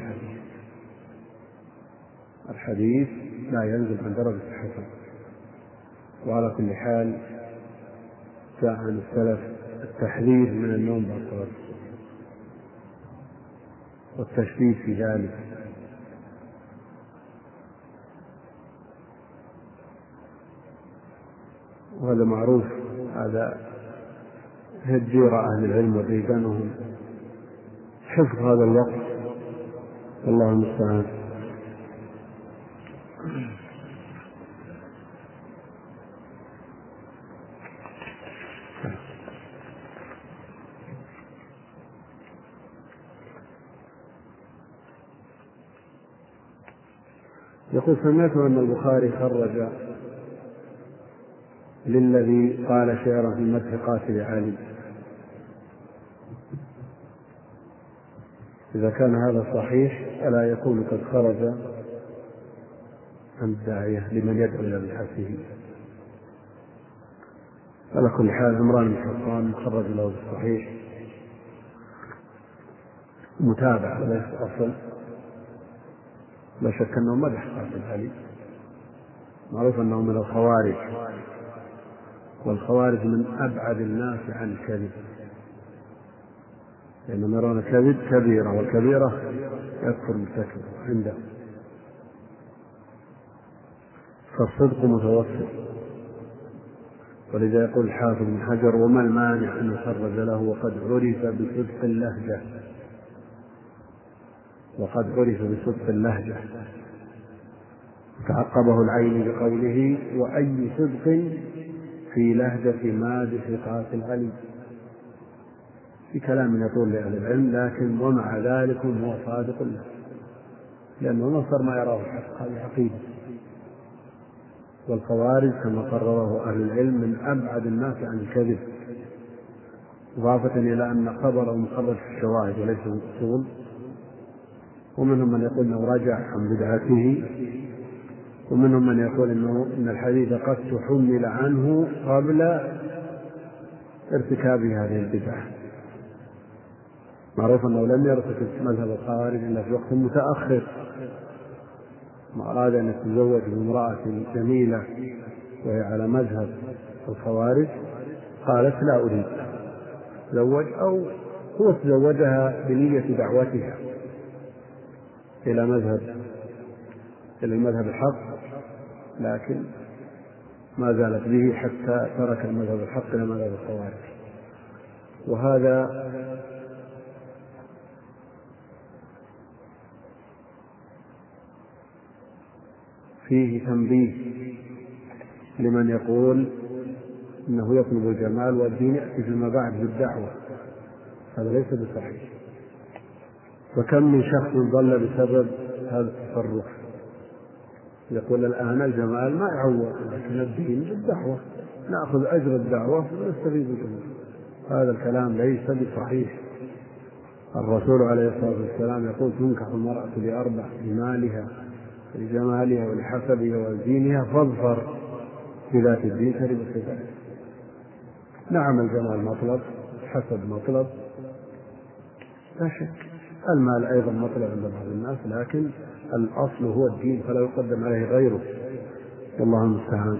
الحديث لا ينزل عن درجة الحسن. وعلى كل حال جاء عن السلف التحذير من النوم بعد صلاة الصبح والتشديد في ذلك. وهذا معروف، هذا هجير أهل العلم وديدانهم حفظ هذا الوقت، والله المستعان. يقول: سمعت أن البخاري خرج للذي قال شعرا في مدح قاتل علي. إذا كان هذا صحيح ألا يكون قد خرج عن الداعية لمن يدعو إلى بدعته؟ على كل حال عمران بن حطان مخرج له بالصحيح متابع وليس أصل، لا شك أنه مدح قاتل علي، معروف أنه من الخوارج، والخوارج من أبعد الناس عن الكذب، لأنهم يرون الكذب كبيرة، والكبيرة يكفر مرتكبه عندهم، فالصدق متوسط. ولذا يقول الحافظ بن حجر: وما المانع أن يخرج له وقد عرف بصدق اللهجة، تعقبه العين بقوله: وأي صدق في لهجة مادح قاتل علي، في كلام يطول لأهل العلم، لكن ومع ذلك هو صادق له، لأنه نصر ما يراه الحق، هذه عقيدة. والخوارج كما قرره أهل العلم من أبعد الناس عن الكذب، إضافة إلى أن خبره مخرج في الشواهد وليس في الأصول. ومنهم من يقول أنه رجع عن بدعته، ومنهم من يقول إن الحديث قد تحمل عنه قبل ارتكاب هذه البدعة. معروف أنه لم يرتكب مذهب الخوارج إلا في وقت متأخر، ما أراد أن يتزوج بامرأة جميلة وهي على مذهب الخوارج قالت: لا أريد تزوج، أو هو تزوجها بنية دعوتها إلى المذهب الحق، لكن ما زالت به حتى ترك المذهب الحق إلى مذهب الخوارج. وهذا فيه تنبيه لمن يقول إنه يطلب الجمال والدين يأتي فيما بعد بالدعوة، هذا ليس بصحيح. وكم من شخص ضل بسبب هذا التصرف، يقول الآن الجمال ما يعوض، لكن الدين بالدعوة، نأخذ أجر الدعوة ونستفيد بالجمال. هذا الكلام ليس بصحيح. الرسول عليه الصلاة والسلام يقول تنكح المرأة لأربع: لمالها ولجمالها ولحسبها ولدينها فاظفر بذات الدين تربت يداك. نعم الجمال مطلب، حسب مطلب، لا شك، المال أيضا مطلب عند بعض الناس، لكن الأصل هو الدين فلا يقدم عليه غيره، والله المستعان.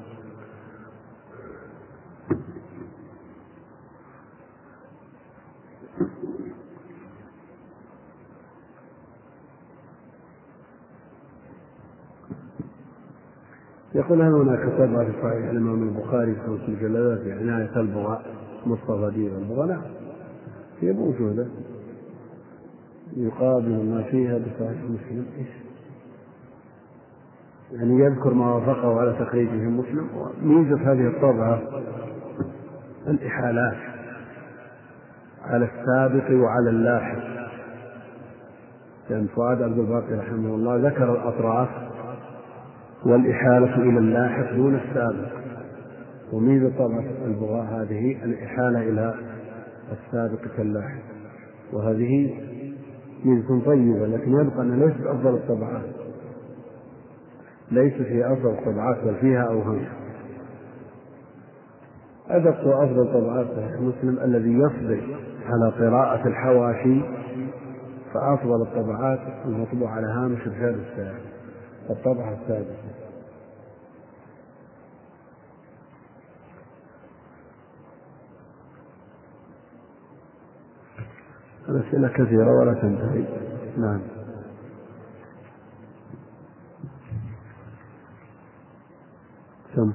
يقول هل هناك طبعة في صحيح الإمام البخاري في 5 مجلدات بعناية البغاء مصطفى دين البغاء؟ نعم، هي موجودة يقابل ما فيها بصحيح مسلم، يعني يذكر ما وافقه على تخريجه مسلم. وميزة هذه الطبعة الإحالات على السابق وعلى اللاحق، لأن فؤاد عبد الباقي رحمه الله ذكر الأطراف والإحالة إلى اللاحق دون السابق. وميزة طبعة البغاء هذه الإحالة إلى السابق كاللاحق، وهذه ميزة طيبة، لكن يبقى أن ليست أفضل الطبعات، ليس فيها أفضل الطبعات بل فيها أوهام. أدق وأفضل طبعات صحيح مسلم الذي يصبر على قراءة الحواشي، فأفضل الطبعات المطبوع على هامش إرشاد السائل، الطبعة السادسة. الأسئلة كثيرة ولا تنتهي. نعم. سم.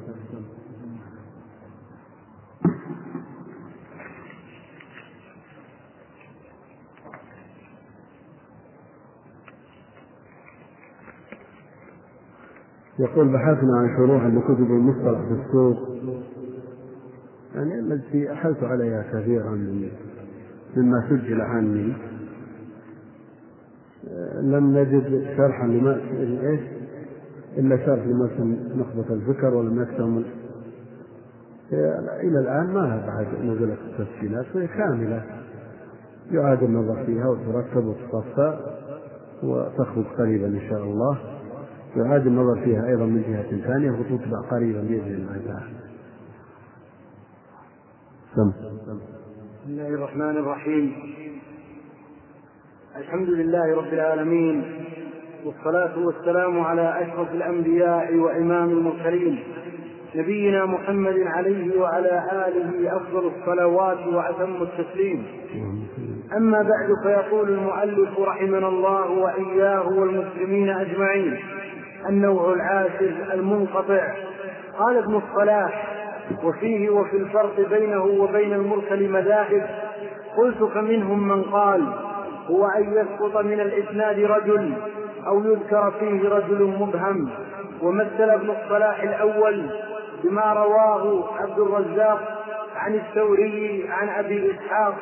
يقول بحثنا عن شروح لكتب المصطلح في السوق، يعني التي أحلت عليها كثيرا مما سجل عني، لم نجد شرحا لما إلا شرح لمتن نخبة الفكر، ولم يكتمل إلى الآن. ما بعد نزلت التسجيلات وهي كاملة، يعاد النظر فيها وترتب وتصفى وتخرج قريبا إن شاء الله. يعاد النظر فيها أيضا من جهة ثانية وتطبع قريبا بإذن الله تعالى. بسم الله الرحمن الرحيم. الحمد لله رب العالمين، والصلاة والسلام على أشرف الأنبياء وإمام المرسلين نبينا محمد عليه وعلى آله أفضل الصلوات وأتم التسليم. أما بعد، فيقول المؤلف رحمنا الله وإياه والمسلمين أجمعين: النوع العاشر المنقطع. قال ابن الصلاح: وفيه وفي الفرق بينه وبين المرسل مذاهب، قلت: فمنهم من قال هو أن يسقط من الإسناد رجل أو يذكر فيه رجل مبهم. ومثل ابن الصلاح الأول بما رواه عبد الرزاق عن الثوري عن أبي إسحاق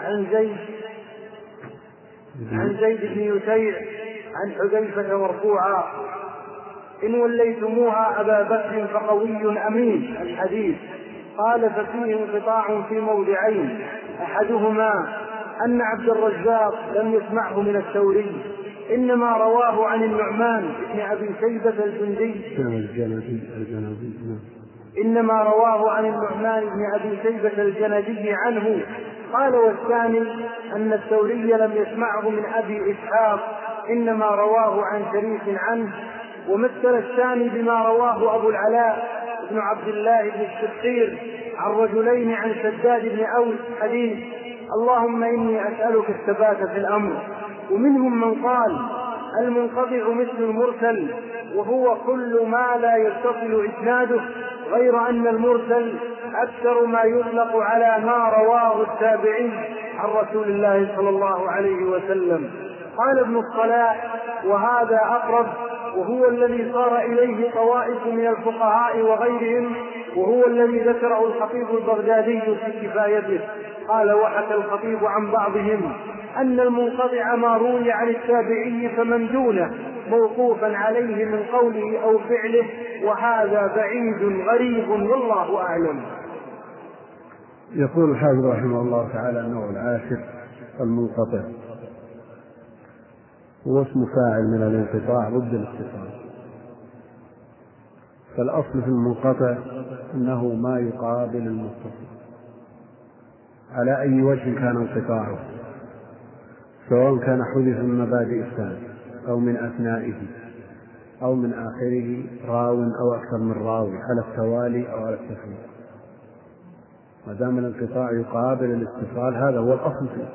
عن زيد بن يسيع عن حذيفة مرفوعا: إن وليتموها أبا بكر فقوي أمين الحديث. قال: ففيه انقطاع في موضعين: أحدهما أن عبد الرزاق لم يسمعه من الثوري، إنما رواه عن النعمان بن أبي شيبة الجندي عنه. قال: والثاني أن الثوري لم يسمعه من أبي إسحاق، إنما رواه عن شريك عنه. ومثل الثاني بما رواه أبو العلاء بن عبد الله بن الشخير عن رجلين عن شداد بن أوس حديث: اللهم إني أسألك الثبات في الأمر. ومنهم من قال: المنقطع مثل المرسل، وهو كل ما لا يتصل إسناده، غير أن المرسل أكثر ما يطلق على ما رواه التابعي عن رسول الله صلى الله عليه وسلم. قال ابن الصلاح: وهذا أقرب، وهو الذي صار إليه طوائف من الفقهاء وغيرهم، وهو الذي ذكره الخطيب البغدادي في كفايته. قال: وحكى الخطيب عن بعضهم أن المنقطع ما روي عن التابعي فمن دونه موقوفا عليه من قوله أو فعله، وهذا بعيد غريب والله أعلم. يقول الحافظ رحمه الله تعالى: النوع العاشر المنقطع، هو اسم فاعل من الانقطاع ضد الاتصال. فالأصل في المنقطع أنه ما يقابل المتصل على أي وجه كان انقطاعه، سواء كان حدث من مبادئ السند أو من أثنائه أو من آخره راو أو أكثر من راوي على التوالي أو على التفريق. ما دام الانقطاع يقابل الاتصال هذا هو الأصل فيه.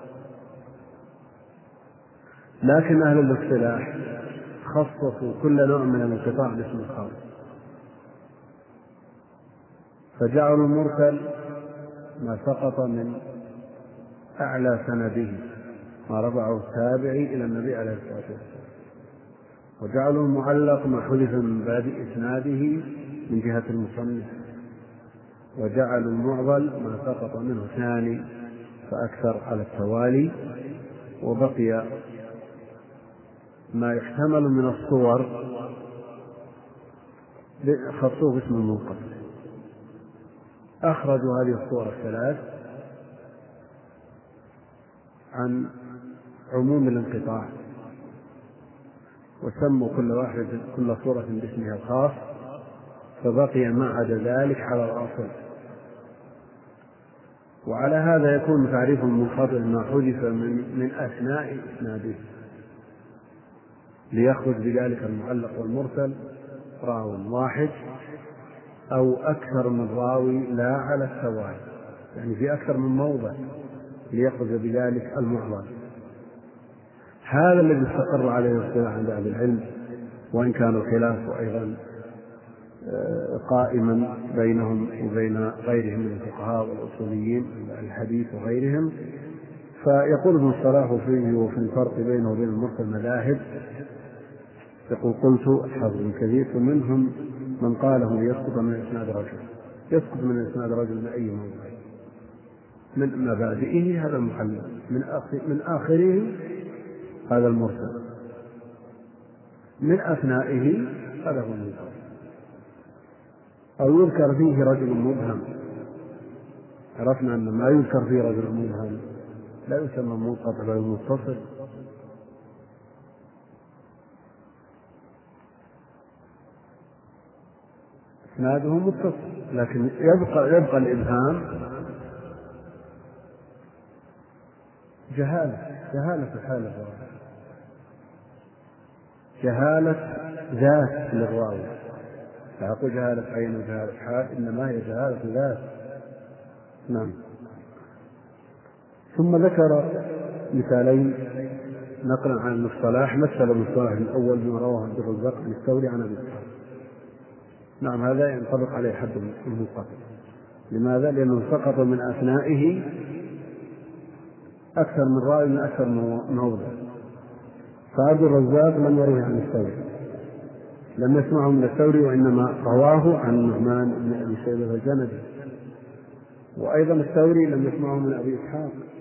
لكن أهل الاصطلاح خصصوا كل نوع من الانقطاع باسم خاص، فجعلوا المرسل ما سقط من أعلى سنده ما رفعه التابعي إلى النبي عليه الصلاة والسلام، وجعلوا المعلق ما حدث من بادئ إسناده من جهة المصنف، وجعلوا المعضل ما سقط منه ثاني فأكثر على التوالي، وبقي ما يحتمل من الصور خصوه باسم المنقطع. أخرجوا هذه الصور الثلاث عن عموم الانقطاع، وسموا كل صورة باسمها الخاص، فبقي ما عدا ذلك على الأصل. وعلى هذا يكون تعريف المنقطع ما حدث من أثناء إسناده، ليخرج بذلك المعلق والمرسل راو واحد أو أكثر من راوي لا على التوالي، يعني في أكثر من موضع، ليخرج بذلك المعضل. هذا الذي استقر عليه الاصطلاح عند أهل العلم، وإن كان الخلاف أيضا قائما بينهم وبين غيرهم من الفقهاء والأصوليين الحديث وغيرهم. فيقول ابن الصلاح فيه وفي الفرق بينه وبين المرسل مذاهب. يقول: قلت حافظ ابن كثير: ومنهم من قاله يسقط من إسناد رجل. يسقط من إسناد رجل من أي موضع؟ من مبادئه هذا المحلل، من آخره هذا المرسل، من أثنائه هذا هو المنقطع. أو يذكر فيه رجل مبهم. عرفنا أن ما يذكر فيه رجل مبهم لا يسمى منقطع بل متصل. إسناده متصل، لكن يبقى الإبهام جهالة الحالة، جهالة ذات للراوي، لا أقول جهالة عين وجهالة حال، إنما هي جهالة ذات. نعم. ثم ذكر مثالين نقلا عن المصطلح. مثل المصطلح الأول بما رواه عبد الرزاق عن الثوري عن أبي إسحاق. نعم، هذا ينطبق عليه حد المنقطع. لماذا؟ لأنه سقط من أثنائه أكثر من راوي من أكثر من موضع. فعبد الرزاق لم يروه عن الثوري، لم يسمعه من الثوري، وإنما رواه عن النعمان بن أبي شيبة الجندي. وأيضا الثوري لم يسمعه من أبي إسحاق،